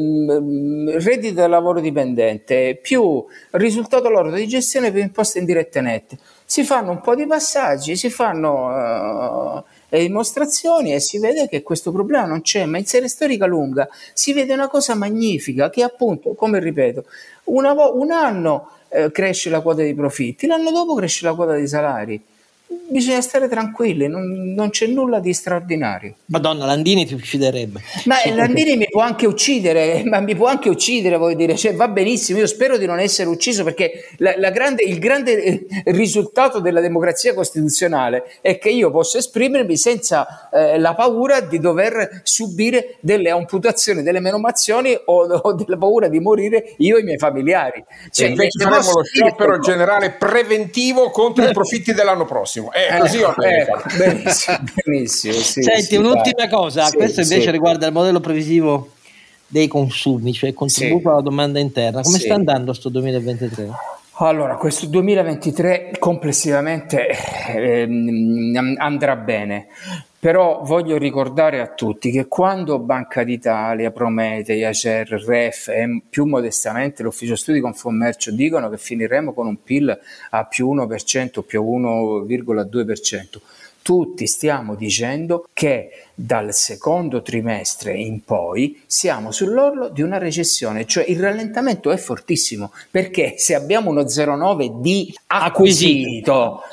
de, reddito da lavoro dipendente più risultato lordo di gestione più imposte indirette nette. Si fanno un po' di passaggi, si fanno uh, le dimostrazioni e si vede che questo problema non c'è, ma in serie storica lunga si vede una cosa magnifica che appunto, come ripeto, una vo- un anno eh, cresce la quota di profitti, l'anno dopo cresce la quota di salari. Bisogna stare tranquilli, non, non c'è nulla di straordinario. Madonna, Landini ti ucciderebbe. Ma Landini mi può anche uccidere, ma mi può anche uccidere, vuol dire, cioè, va benissimo, io spero di non essere ucciso, perché la, la grande, il grande risultato della democrazia costituzionale è che io posso esprimermi senza eh, la paura di dover subire delle amputazioni, delle menomazioni o, o della paura di morire io e i miei familiari. Cioè, e invece faremo lo sciopero no. generale preventivo contro i profitti dell'anno prossimo. È così, eh, ecco, benissimo, benissimo sì, Senti, sì, un'ultima dai. cosa, sì, questo invece sì. riguarda il modello previsivo dei consumi, cioè il contributo sì. alla domanda interna. Come sì. sta andando sto duemilaventitré? Allora, questo duemilaventitré complessivamente eh, andrà bene, però voglio ricordare a tutti che quando Banca d'Italia, Prometei, Acer, Ref e più modestamente l'Ufficio Studi Confcommercio dicono che finiremo con un P I L a più uno per cento, più uno virgola due per cento, tutti stiamo dicendo che dal secondo trimestre in poi siamo sull'orlo di una recessione, cioè il rallentamento è fortissimo, perché se abbiamo uno zero virgola nove di acquisito, ah.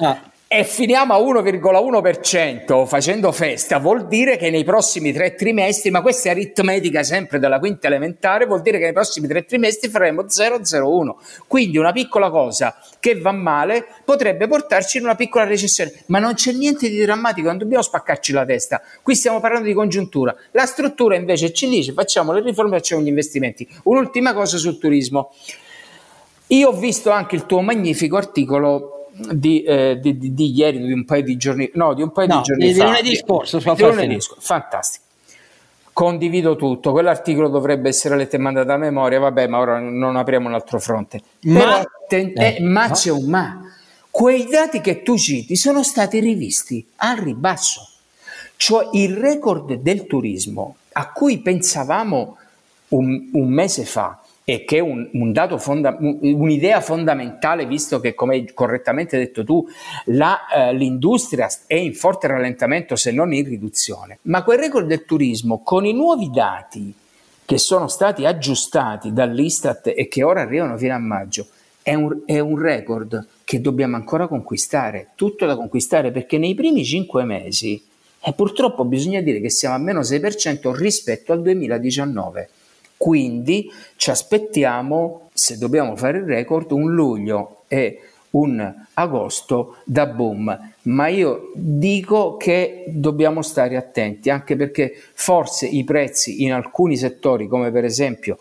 e finiamo a uno virgola uno per cento facendo festa, vuol dire che nei prossimi tre trimestri, ma questa è aritmetica sempre della quinta elementare, vuol dire che nei prossimi tre trimestri faremo zero virgola zero uno. Quindi una piccola cosa che va male potrebbe portarci in una piccola recessione, ma non c'è niente di drammatico, non dobbiamo spaccarci la testa. Qui stiamo parlando di congiuntura. La struttura invece ci dice: facciamo le riforme, facciamo gli investimenti. Un'ultima cosa sul turismo. Io ho visto anche il tuo magnifico articolo Di, eh, di, di, di ieri, di un paio di giorni, no, di un paio no, di giorni di fa, lunedì scorso, di lunedì scorso, fantastico. Condivido tutto. Quell'articolo dovrebbe essere letto e mandato a memoria, vabbè, ma ora non apriamo un altro fronte. Ma, Però, ten- eh, eh, ma no. c'è un ma. Quei dati che tu citi sono stati rivisti al ribasso, cioè il record del turismo a cui pensavamo un, un mese fa, e che è un, un dato fonda, un'idea fondamentale, visto che, come hai correttamente detto tu, la, eh, l'industria è in forte rallentamento, se non in riduzione. Ma quel record del turismo, con i nuovi dati che sono stati aggiustati dall'Istat e che ora arrivano fino a maggio, è un, è un record che dobbiamo ancora conquistare, tutto da conquistare, perché nei primi cinque mesi, e purtroppo bisogna dire che siamo a meno sei per cento rispetto al duemiladiciannove. Quindi ci aspettiamo, se dobbiamo fare il record, un luglio e un agosto da boom, ma io dico che dobbiamo stare attenti, anche perché forse i prezzi in alcuni settori, come per esempio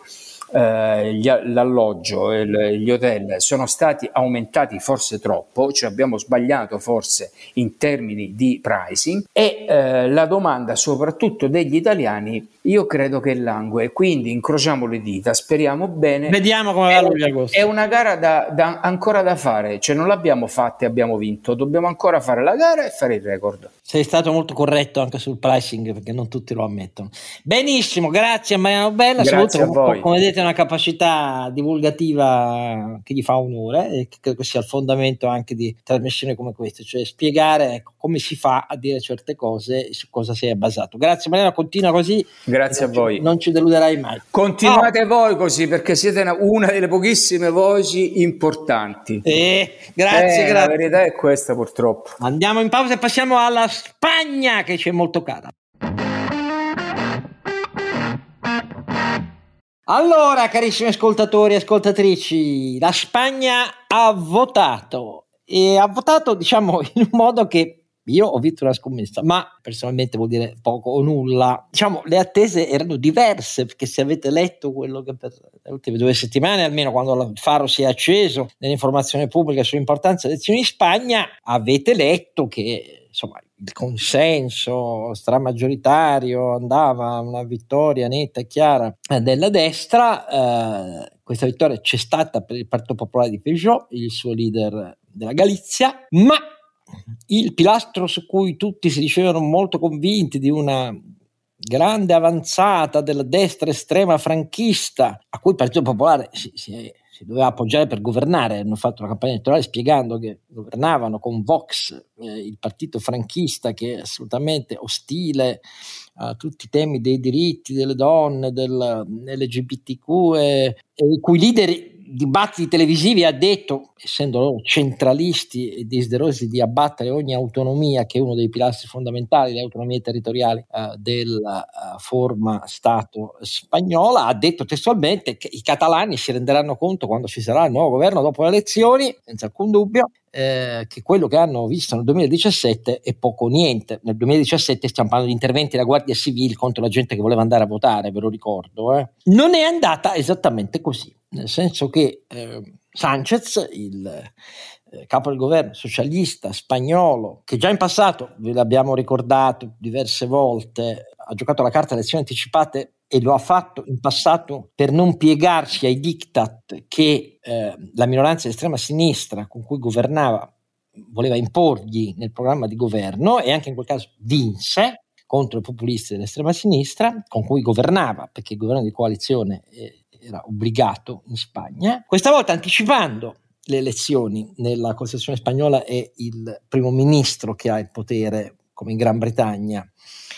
eh, gli, l'alloggio e il, gli hotel, sono stati aumentati forse troppo, cioè abbiamo sbagliato forse in termini di pricing, e eh, la domanda soprattutto degli italiani io credo che langue, quindi incrociamo le dita, speriamo bene. Vediamo come va luglio agosto. È una gara da, da, ancora da fare, cioè non l'abbiamo fatta e abbiamo vinto, dobbiamo ancora fare la gara e fare il record. Sei stato molto corretto anche sul pricing, perché non tutti lo ammettono. Benissimo, grazie a Mariano Bella. Grazie Saluto, a voi. come vedete, una capacità divulgativa che gli fa onore e che credo sia il fondamento anche di trasmissioni come queste, cioè spiegare, ecco, come si fa a dire certe cose e su cosa si è basato. Grazie Mariano, continua così. Grazie a voi. Non ci deluderai mai. Continuate oh. voi così, perché siete una, una delle pochissime voci importanti. Eh, grazie, eh, grazie. La verità è questa, purtroppo. Andiamo in pausa e passiamo alla Spagna, che ci è molto cara. Allora, carissimi ascoltatori e ascoltatrici, la Spagna ha votato e ha votato, diciamo, in un modo che io ho vinto una scommessa, ma personalmente vuol dire poco o nulla. Diciamo, le attese erano diverse, perché se avete letto quello che per le ultime due settimane, almeno quando il faro si è acceso nell'informazione pubblica sull'importanza delle elezioni in Spagna, avete letto che, insomma, il consenso stramaggioritario andava a una vittoria netta e chiara della destra. Eh, questa vittoria c'è stata per il Partito Popolare di Feijóo, il suo leader della Galizia, ma il pilastro su cui tutti si dicevano molto convinti di una grande avanzata della destra estrema franchista, a cui il Partito Popolare si, si, si doveva appoggiare per governare, hanno fatto una campagna elettorale spiegando che governavano con Vox, eh, il partito franchista che è assolutamente ostile a tutti i temi dei diritti delle donne, dell'L G B T Q, e, e i cui leader dibattiti televisivi ha detto, essendo loro centralisti e desiderosi di abbattere ogni autonomia, che è uno dei pilastri fondamentali delle autonomie territoriali eh, della uh, forma Stato spagnola, ha detto testualmente che i catalani si renderanno conto quando ci sarà il nuovo governo dopo le elezioni, senza alcun dubbio, eh, che quello che hanno visto nel duemiladiciassette è poco o niente. Nel duemiladiciassette stiamo parlando di interventi della Guardia Civile contro la gente che voleva andare a votare, ve lo ricordo. Eh. Non è andata esattamente così, nel senso che eh, Sánchez, il eh, capo del governo socialista spagnolo, che già in passato, ve l'abbiamo ricordato diverse volte, ha giocato la carta elezioni anticipate e lo ha fatto in passato per non piegarsi ai diktat che eh, la minoranza di estrema sinistra con cui governava voleva imporgli nel programma di governo, e anche in quel caso vinse contro i populisti dell'estrema sinistra con cui governava, perché il governo di coalizione eh, era obbligato in Spagna. Questa volta, anticipando le elezioni nella Costituzione spagnola, è il primo ministro che ha il potere, come in Gran Bretagna,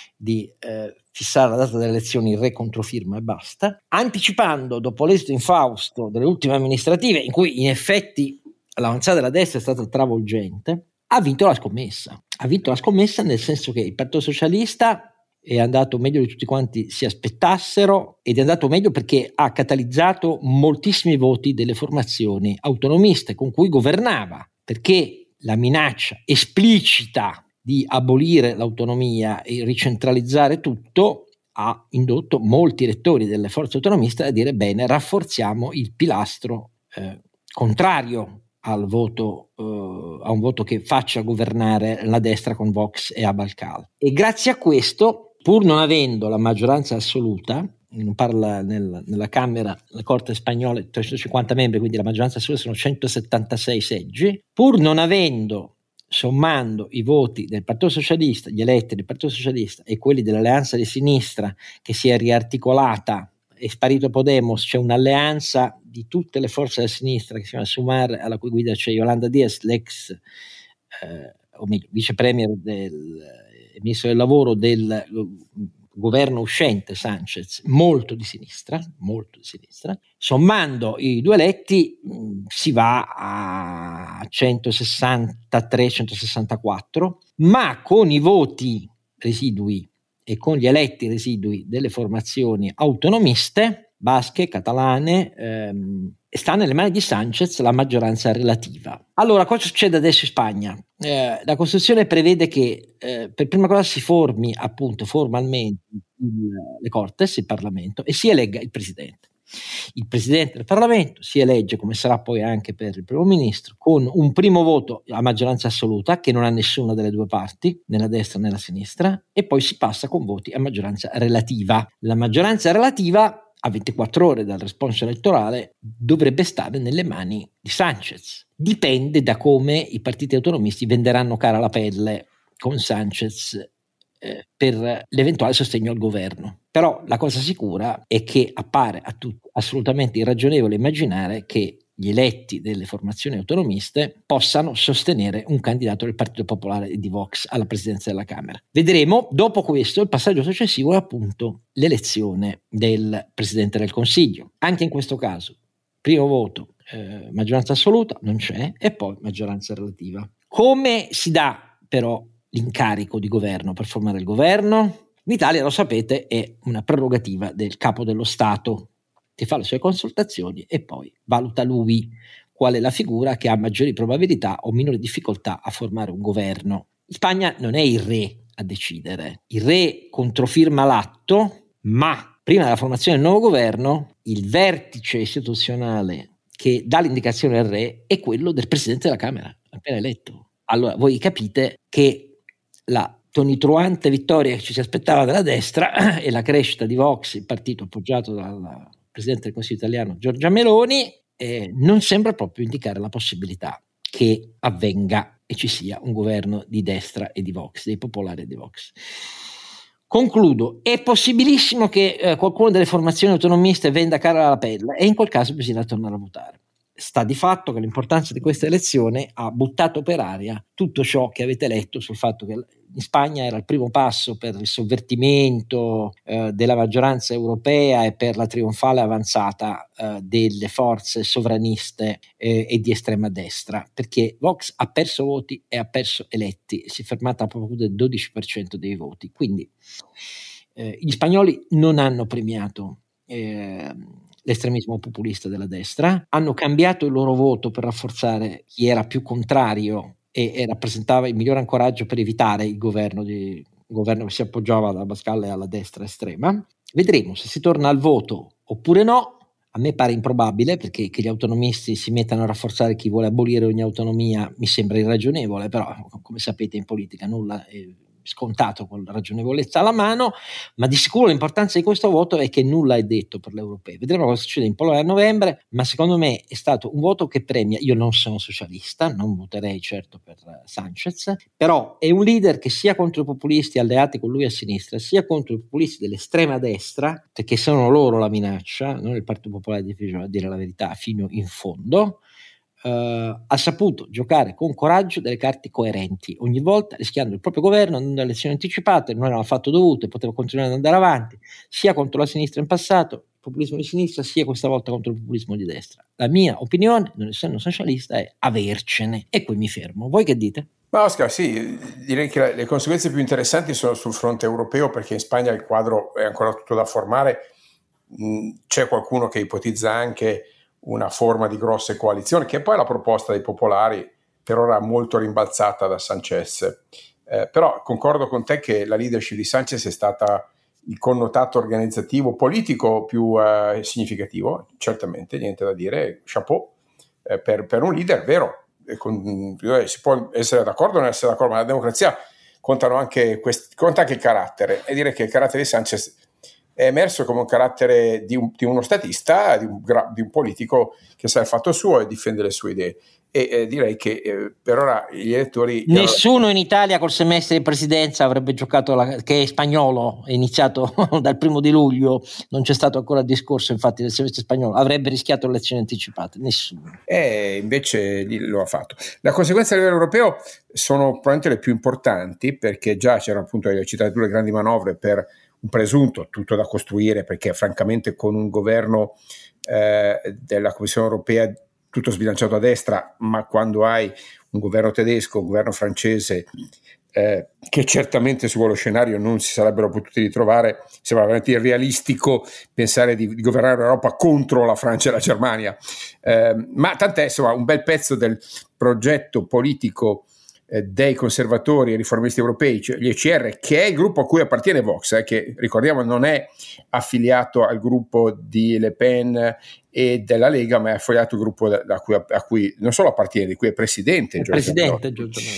di eh, fissare la data delle elezioni, il re controfirma e basta, anticipando, dopo l'esito infausto delle ultime amministrative, in cui in effetti l'avanzata della destra è stata travolgente, ha vinto la scommessa. Ha vinto la scommessa nel senso che il Partito Socialista è andato meglio di tutti quanti si aspettassero, ed è andato meglio perché ha catalizzato moltissimi voti delle formazioni autonomiste con cui governava, perché la minaccia esplicita di abolire l'autonomia e ricentralizzare tutto ha indotto molti elettori delle forze autonomiste a dire bene, rafforziamo il pilastro eh, contrario al voto, eh, a un voto che faccia governare la destra con Vox e Abascal. E grazie a questo, pur non avendo la maggioranza assoluta, non parla nel, nella Camera, la Corte spagnola, trecentocinquanta membri, quindi la maggioranza assoluta sono centosettantasei seggi, pur non avendo, sommando i voti del Partito Socialista, gli eletti del Partito Socialista e quelli dell'Alleanza di Sinistra che si è riarticolata, è sparito Podemos, c'è un'alleanza di tutte le forze della sinistra che si chiama Sumar, alla cui guida c'è Yolanda Díaz, l'ex eh, o meglio, vice premier del eh, ministro del lavoro del governo uscente Sanchez, molto di sinistra, molto di sinistra. Sommando i due eletti mh, si va a centosessantatré centosessantaquattro, ma con i voti residui e con gli eletti residui delle formazioni autonomiste basche, catalane, ehm, sta nelle mani di Sanchez la maggioranza relativa. Allora, cosa succede adesso in Spagna? Eh, la Costituzione prevede che eh, per prima cosa si formi appunto formalmente il, le Cortes, il Parlamento, e si elegga il Presidente. Il Presidente del Parlamento si elegge, come sarà poi anche per il Primo Ministro, con un primo voto a maggioranza assoluta che non ha nessuna delle due parti, né la destra né la sinistra, e poi si passa con voti a maggioranza relativa. La maggioranza relativa a ventiquattro ore dal responso elettorale dovrebbe stare nelle mani di Sanchez. Dipende da come i partiti autonomisti venderanno cara la pelle con Sanchez eh, per l'eventuale sostegno al governo. Però la cosa sicura è che appare a tutti assolutamente irragionevole immaginare che gli eletti delle formazioni autonomiste possano sostenere un candidato del Partito Popolare di Vox alla presidenza della Camera. Vedremo. Dopo questo il passaggio successivo è appunto l'elezione del Presidente del Consiglio. Anche in questo caso, primo voto, eh, maggioranza assoluta, non c'è, e poi maggioranza relativa. Come si dà però l'incarico di governo per formare il governo? In Italia, lo sapete, è una prerogativa del capo dello Stato, che fa le sue consultazioni e poi valuta lui qual è la figura che ha maggiori probabilità o minori difficoltà a formare un governo. In Spagna non è il re a decidere, il re controfirma l'atto, ma prima della formazione del nuovo governo il vertice istituzionale che dà l'indicazione al re è quello del Presidente della Camera, appena eletto. Allora voi capite che la tonitruante vittoria che ci si aspettava dalla destra e la crescita di Vox, il partito appoggiato dalla Presidente del Consiglio italiano Giorgia Meloni, eh, non sembra proprio indicare la possibilità che avvenga e ci sia un governo di destra e di Vox, dei popolari e di Vox. Concludo, è possibilissimo che eh, qualcuno delle formazioni autonomiste venda cara la pelle e in quel caso bisogna tornare a votare. Sta di fatto che l'importanza di questa elezione ha buttato per aria tutto ciò che avete letto sul fatto che in Spagna era il primo passo per il sovvertimento eh, della maggioranza europea e per la trionfale avanzata eh, delle forze sovraniste eh, e di estrema destra, perché Vox ha perso voti e ha perso eletti, si è fermata a poco del dodici per cento dei voti, quindi eh, gli spagnoli non hanno premiato eh, l'estremismo populista della destra, hanno cambiato il loro voto per rafforzare chi era più contrario e, e rappresentava il migliore ancoraggio per evitare il governo, di, il governo che si appoggiava ad Abascal e alla destra estrema. Vedremo se si torna al voto oppure no. A me pare improbabile, perché che gli autonomisti si mettano a rafforzare chi vuole abolire ogni autonomia mi sembra irragionevole, però come sapete in politica nulla è scontato con la ragionevolezza alla mano, ma di sicuro l'importanza di questo voto è che nulla è detto per le europee. Vedremo cosa succede in Polonia a novembre, ma secondo me è stato un voto che premia. Io non sono socialista, non voterei certo per Sanchez, però è un leader che sia contro i populisti alleati con lui a sinistra, sia contro i populisti dell'estrema destra, perché sono loro la minaccia, non il Partito Popolare di Figlio, a dire la verità, fino in fondo. Uh, ha saputo giocare con coraggio delle carte coerenti, ogni volta rischiando il proprio governo, andando alle elezioni anticipate, non aveva fatto dovute, poteva continuare ad andare avanti, sia contro la sinistra in passato, il populismo di sinistra, sia questa volta contro il populismo di destra. La mia opinione, non essendo socialista, è avercene, e qui mi fermo. Voi che dite? Ma Oscar, sì, direi che le conseguenze più interessanti sono sul fronte europeo, perché in Spagna il quadro è ancora tutto da formare. C'è qualcuno che ipotizza anche una forma di grosse coalizioni, che è poi la proposta dei popolari, per ora molto rimbalzata da Sánchez. Eh, però concordo con te che la leadership di Sánchez è stata il connotato organizzativo politico più eh, significativo, certamente, niente da dire, chapeau, eh, per, per un leader vero. Con, eh, si può essere d'accordo o non essere d'accordo, ma la democrazia contano anche questi, conta anche il carattere, e direi che il carattere di Sánchez è emerso come un carattere di, un, di uno statista, di un, di un politico che sa il fatto suo e difende le sue idee. E eh, direi che eh, per ora gli elettori... Nessuno in Italia col semestre di presidenza avrebbe giocato, la, che è spagnolo, è iniziato dal primo di luglio, non c'è stato ancora il discorso infatti del semestre spagnolo, avrebbe rischiato le elezioni anticipate, nessuno. E invece lo ha fatto. La conseguenza a livello europeo sono probabilmente le più importanti, perché già c'erano appunto le citate due grandi manovre per un presunto, tutto da costruire, perché francamente con un governo eh, della Commissione europea tutto sbilanciato a destra, ma quando hai un governo tedesco, un governo francese eh, che certamente su quello scenario non si sarebbero potuti ritrovare, sembra veramente irrealistico pensare di, di governare l'Europa contro la Francia e la Germania, eh, ma tant'è, insomma, un bel pezzo del progetto politico eh, dei conservatori e riformisti europei, cioè gli E C R, che è il gruppo a cui appartiene Vox, eh, che ricordiamo non è affiliato al gruppo di Le Pen e della Lega, ma è affiliato al gruppo da, da cui, a cui non solo appartiene, di cui è presidente, presidente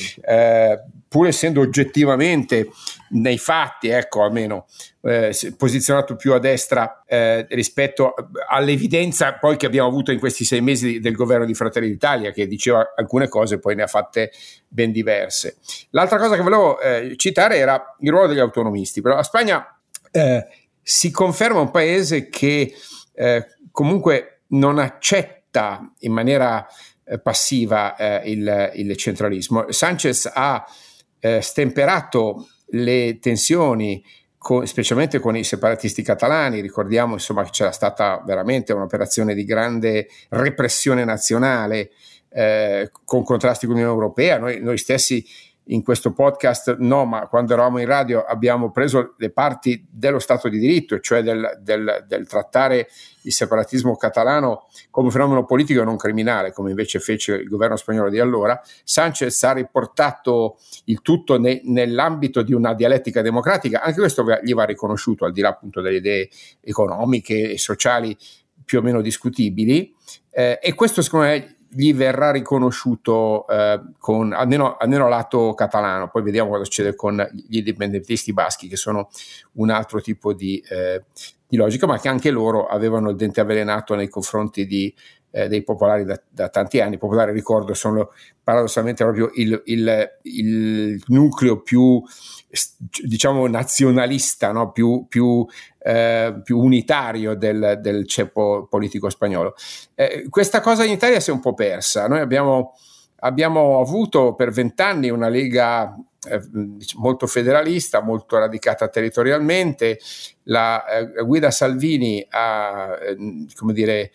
eh, pur essendo oggettivamente nei fatti, ecco, almeno eh, posizionato più a destra eh, rispetto all'evidenza poi che abbiamo avuto in questi sei mesi del governo di Fratelli d'Italia, che diceva alcune cose poi ne ha fatte ben diverse. L'altra cosa che volevo eh, citare era il ruolo degli autonomisti. Però la Spagna eh, si conferma un paese che eh, comunque non accetta in maniera eh, passiva eh, il, il centralismo. Sánchez ha eh, stemperato le tensioni con, specialmente con i separatisti catalani. Ricordiamo insomma che c'era stata veramente un'operazione di grande repressione nazionale eh, con contrasti con l'Unione Europea. Noi, noi stessi in questo podcast no, ma quando eravamo in radio abbiamo preso le parti dello Stato di diritto, cioè del, del, del trattare il separatismo catalano come un fenomeno politico e non criminale, come invece fece il governo spagnolo di allora. Sánchez ha riportato il tutto ne, nell'ambito di una dialettica democratica, anche questo gli va riconosciuto, al di là appunto delle idee economiche e sociali più o meno discutibili, eh, e questo secondo me gli verrà riconosciuto eh, con almeno, almeno lato catalano. Poi vediamo cosa succede con gli indipendentisti baschi, che sono un altro tipo di, eh, di logica, ma che anche loro avevano il dente avvelenato nei confronti di, eh, dei popolari da, da tanti anni. I popolari, ricordo, sono paradossalmente proprio il, il, il nucleo più, diciamo, nazionalista, no? più, più, eh, più unitario del, del ceppo politico spagnolo. Eh, questa cosa in Italia si è un po' persa. Noi abbiamo, abbiamo avuto per vent'anni una Lega eh, molto federalista, molto radicata territorialmente. La eh, Guida Salvini ha, eh, come dire,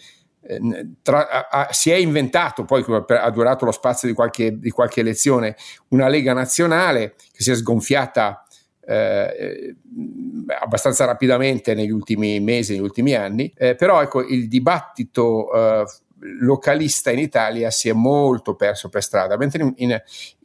Tra, a, a, si è inventato, poi ha durato lo spazio di qualche, di qualche elezione, una Lega nazionale che si è sgonfiata eh, abbastanza rapidamente negli ultimi mesi, negli ultimi anni, eh, però ecco, il dibattito eh, localista in Italia si è molto perso per strada, mentre in, in,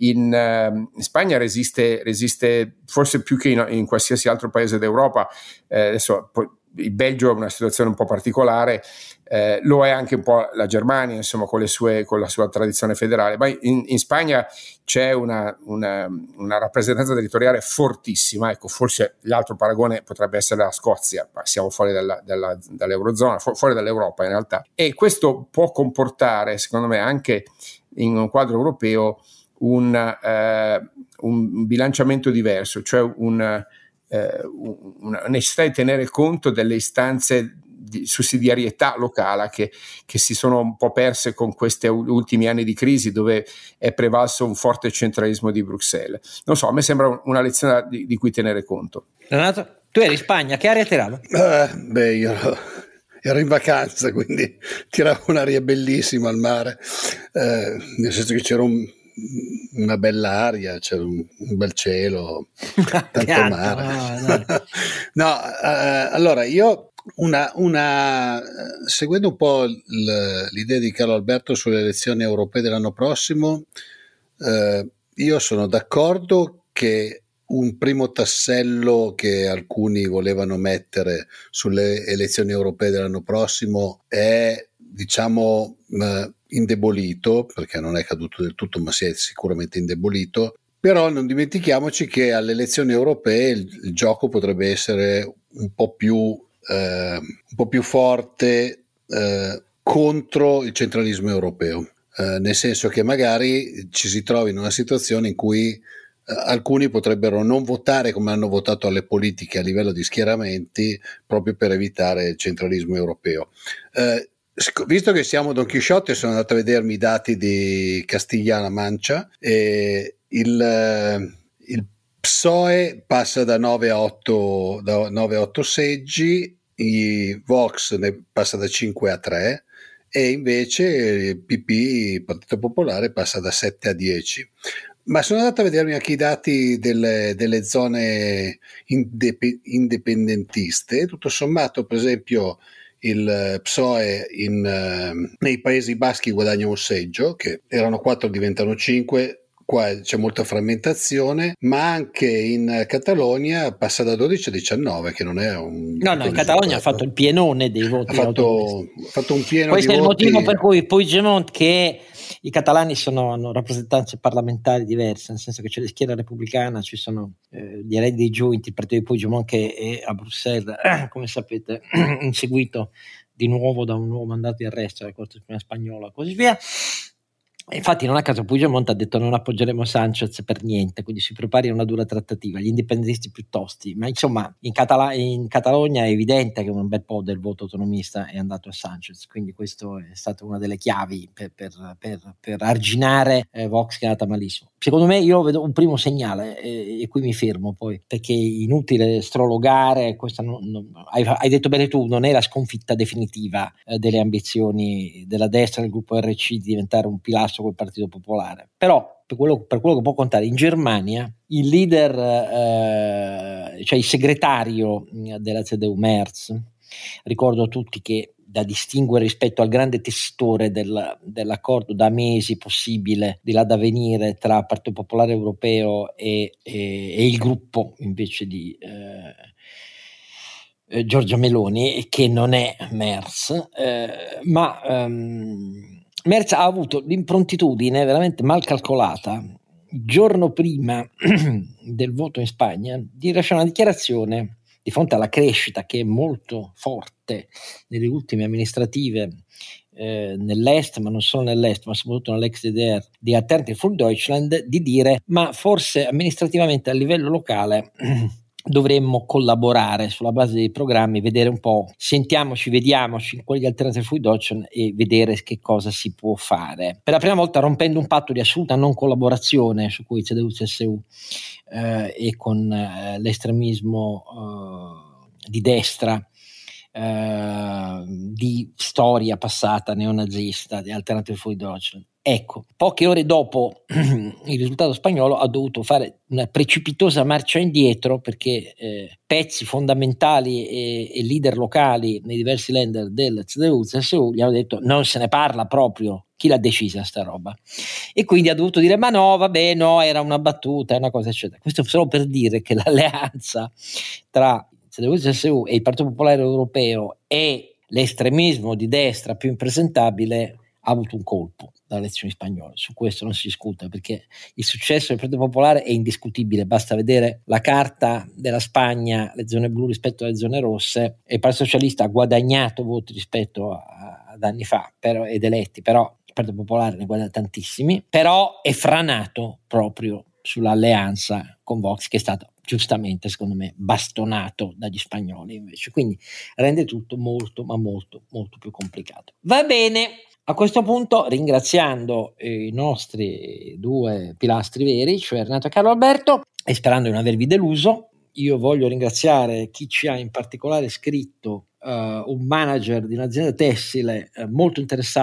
in, in Spagna resiste, resiste forse più che in, in qualsiasi altro paese d'Europa. Eh, adesso poi, il Belgio è una situazione un po' particolare, eh, lo è anche un po' la Germania, insomma, con, le sue, con la sua tradizione federale, ma in, in Spagna c'è una, una, una rappresentanza territoriale fortissima. Ecco, forse l'altro paragone potrebbe essere la Scozia, ma siamo fuori dalla, dalla, dall'Eurozona, fu, fuori dall'Europa in realtà, e questo può comportare, secondo me, anche in un quadro europeo un, eh, un bilanciamento diverso, cioè un Eh, una necessità di tenere conto delle istanze di sussidiarietà locale che, che si sono un po' perse con questi ultimi anni di crisi, dove è prevalso un forte centralismo di Bruxelles. Non so, a me sembra una lezione di, di cui tenere conto. Renato, tu eri in Spagna, che aria tirava? Uh, beh, io ero in vacanza, quindi tiravo un'aria bellissima al mare, eh, nel senso che c'era un una bella aria, c'era un, un bel cielo, tanto mare. No, no uh, allora io una, una seguendo un po' l'idea di Carlo Alberto sulle elezioni europee dell'anno prossimo, uh, io sono d'accordo che un primo tassello che alcuni volevano mettere sulle elezioni europee dell'anno prossimo è, diciamo, uh, indebolito, perché non è caduto del tutto, ma si è sicuramente indebolito. Però non dimentichiamoci che alle elezioni europee il, il gioco potrebbe essere un po' più eh, un po' più forte eh, contro il centralismo europeo, eh, nel senso che magari ci si trovi in una situazione in cui eh, alcuni potrebbero non votare come hanno votato alle politiche a livello di schieramenti, proprio per evitare il centralismo europeo. Eh, Visto che siamo Don Chisciotte, sono andato a vedermi i dati di Castigliana Mancia e il, il P S O E passa da nove a otto, da nove a otto seggi, i Vox ne passa da cinque a tre e invece il P P, il Partito Popolare, passa da sette a dieci. Ma sono andato a vedermi anche i dati delle, delle zone indep- indipendentiste. Tutto sommato, per esempio, il P S O E in, uh, nei Paesi Baschi guadagna un seggio, che erano quattro, diventano cinque. Qua c'è molta frammentazione, ma anche in Catalogna passa da dodici a diciannove, che non è un... No, no, in Catalogna ha fatto il pienone dei voti. Ha fatto, ha fatto un pieno Questo di è voti. Il motivo per cui Puigdemont, che i catalani sono, hanno rappresentanze parlamentari diverse, nel senso che c'è la schiera repubblicana, ci sono eh, gli eredi dei Giunti, il partito di Puigdemont che è a Bruxelles, eh, come sapete, inseguito di nuovo da un nuovo mandato di arresto della Corte Suprema spagnola e così via. Infatti non a caso Puigdemont ha detto non appoggeremo Sánchez per niente, quindi si prepari a una dura trattativa, gli indipendentisti più tosti, ma insomma in, Catala- in Catalogna è evidente che un bel po' del voto autonomista è andato a Sánchez, quindi questo è stata una delle chiavi per, per, per, per arginare eh, Vox, che è andata malissimo. Secondo me io vedo un primo segnale e, e qui mi fermo poi, perché è inutile strologare, questa non, non, hai, hai detto bene tu, non è la sconfitta definitiva eh, delle ambizioni della destra del gruppo R C di diventare un pilastro col Partito Popolare, però per quello, per quello che può contare, in Germania il leader, eh, cioè il segretario della C D U Merz, ricordo a tutti che da distinguere rispetto al grande tessitore del, dell'accordo da mesi possibile di là da venire tra Partito Popolare Europeo e, e, e il gruppo invece di eh, eh, Giorgia Meloni, che non è Merz, eh, ma um, Merz ha avuto l'improntitudine veramente mal calcolata, il giorno prima del voto in Spagna, di rilasciare una dichiarazione di fronte alla crescita che è molto forte nelle ultime amministrative eh, nell'est, ma non solo nell'est, ma soprattutto nell'ex D D R, di Alternative für Deutschland, di dire ma forse amministrativamente a livello locale dovremmo collaborare sulla base dei programmi, vedere un po', sentiamoci, vediamoci in quelli Alternative für Deutschland e vedere che cosa si può fare. Per la prima volta rompendo un patto di assoluta non collaborazione su cui C D U C S U eh, e con eh, l'estremismo eh, di destra, eh, di storia passata neonazista di Alternative für Deutschland. Ecco, poche ore dopo il risultato spagnolo ha dovuto fare una precipitosa marcia indietro, perché eh, pezzi fondamentali e, e leader locali nei diversi länder del C D U C S U gli hanno detto non se ne parla proprio, chi l'ha decisa sta roba? E quindi ha dovuto dire ma no, vabbè, no, era una battuta, è una cosa eccetera. Questo solo per dire che l'alleanza tra C D U C S U e il Partito Popolare Europeo e l'estremismo di destra più impresentabile ha avuto un colpo dalle elezioni spagnole. Su questo non si discute, perché il successo del Partito Popolare è indiscutibile, basta vedere la carta della Spagna, le zone blu rispetto alle zone rosse, e il Partito Socialista ha guadagnato voti rispetto a, ad anni fa però, ed eletti, però il Partito Popolare ne guadagna tantissimi, però è franato proprio sull'alleanza con Vox, che è stato giustamente secondo me bastonato dagli spagnoli invece, quindi rende tutto molto ma molto molto più complicato. Va bene, a questo punto, ringraziando eh, i nostri due pilastri veri, cioè Renato e Carlo Alberto, e sperando di non avervi deluso, io voglio ringraziare chi ci ha in particolare scritto, uh, un manager di un'azienda tessile uh, molto interessato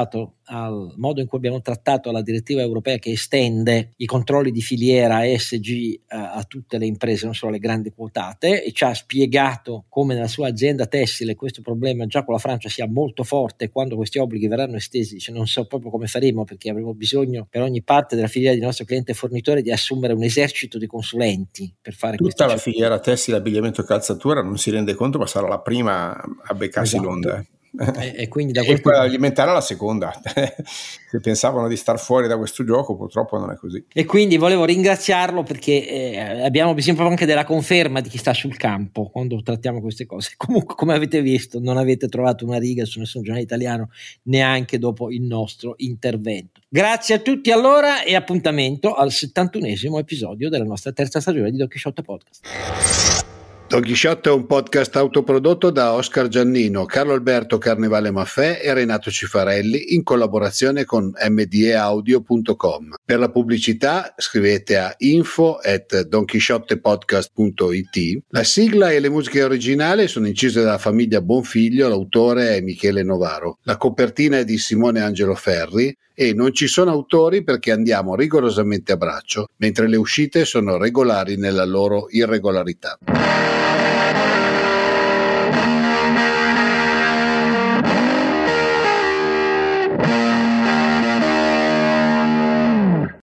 al modo in cui abbiamo trattato la direttiva europea che estende i controlli di filiera E S G a, a tutte le imprese, non solo le grandi quotate, e ci ha spiegato come nella sua azienda tessile questo problema già con la Francia sia molto forte. Quando questi obblighi verranno estesi, dice, non so proprio come faremo, perché avremo bisogno per ogni parte della filiera di nostro cliente fornitore di assumere un esercito di consulenti per fare tutta la questi filiera tessile, abbigliamento e calzatura non si rende conto, ma sarà la prima a beccarsi Esatto. l'onda. E, e quindi da e questo... poi alimentare la seconda. Se pensavano di star fuori da questo gioco, purtroppo non è così. E quindi volevo ringraziarlo, perché eh, abbiamo bisogno anche della conferma di chi sta sul campo quando trattiamo queste cose. Comunque, come avete visto, non avete trovato una riga su nessun giornale italiano neanche dopo il nostro intervento. Grazie a tutti allora, e appuntamento al settantunesimo episodio della nostra terza stagione di Don Chisciotte Podcast. Don Chisciotte è un podcast autoprodotto da Oscar Giannino, Carlo Alberto Carnevale Maffè e Renato Cifarelli in collaborazione con m d e audio punto com. Per la pubblicità scrivete a info at donchisciottepodcast punto it. La sigla e le musiche originali sono incise dalla famiglia Bonfiglio, l'autore è Michele Novaro. La copertina è di Simone Angelo Ferri e non ci sono autori perché andiamo rigorosamente a braccio, mentre le uscite sono regolari nella loro irregolarità.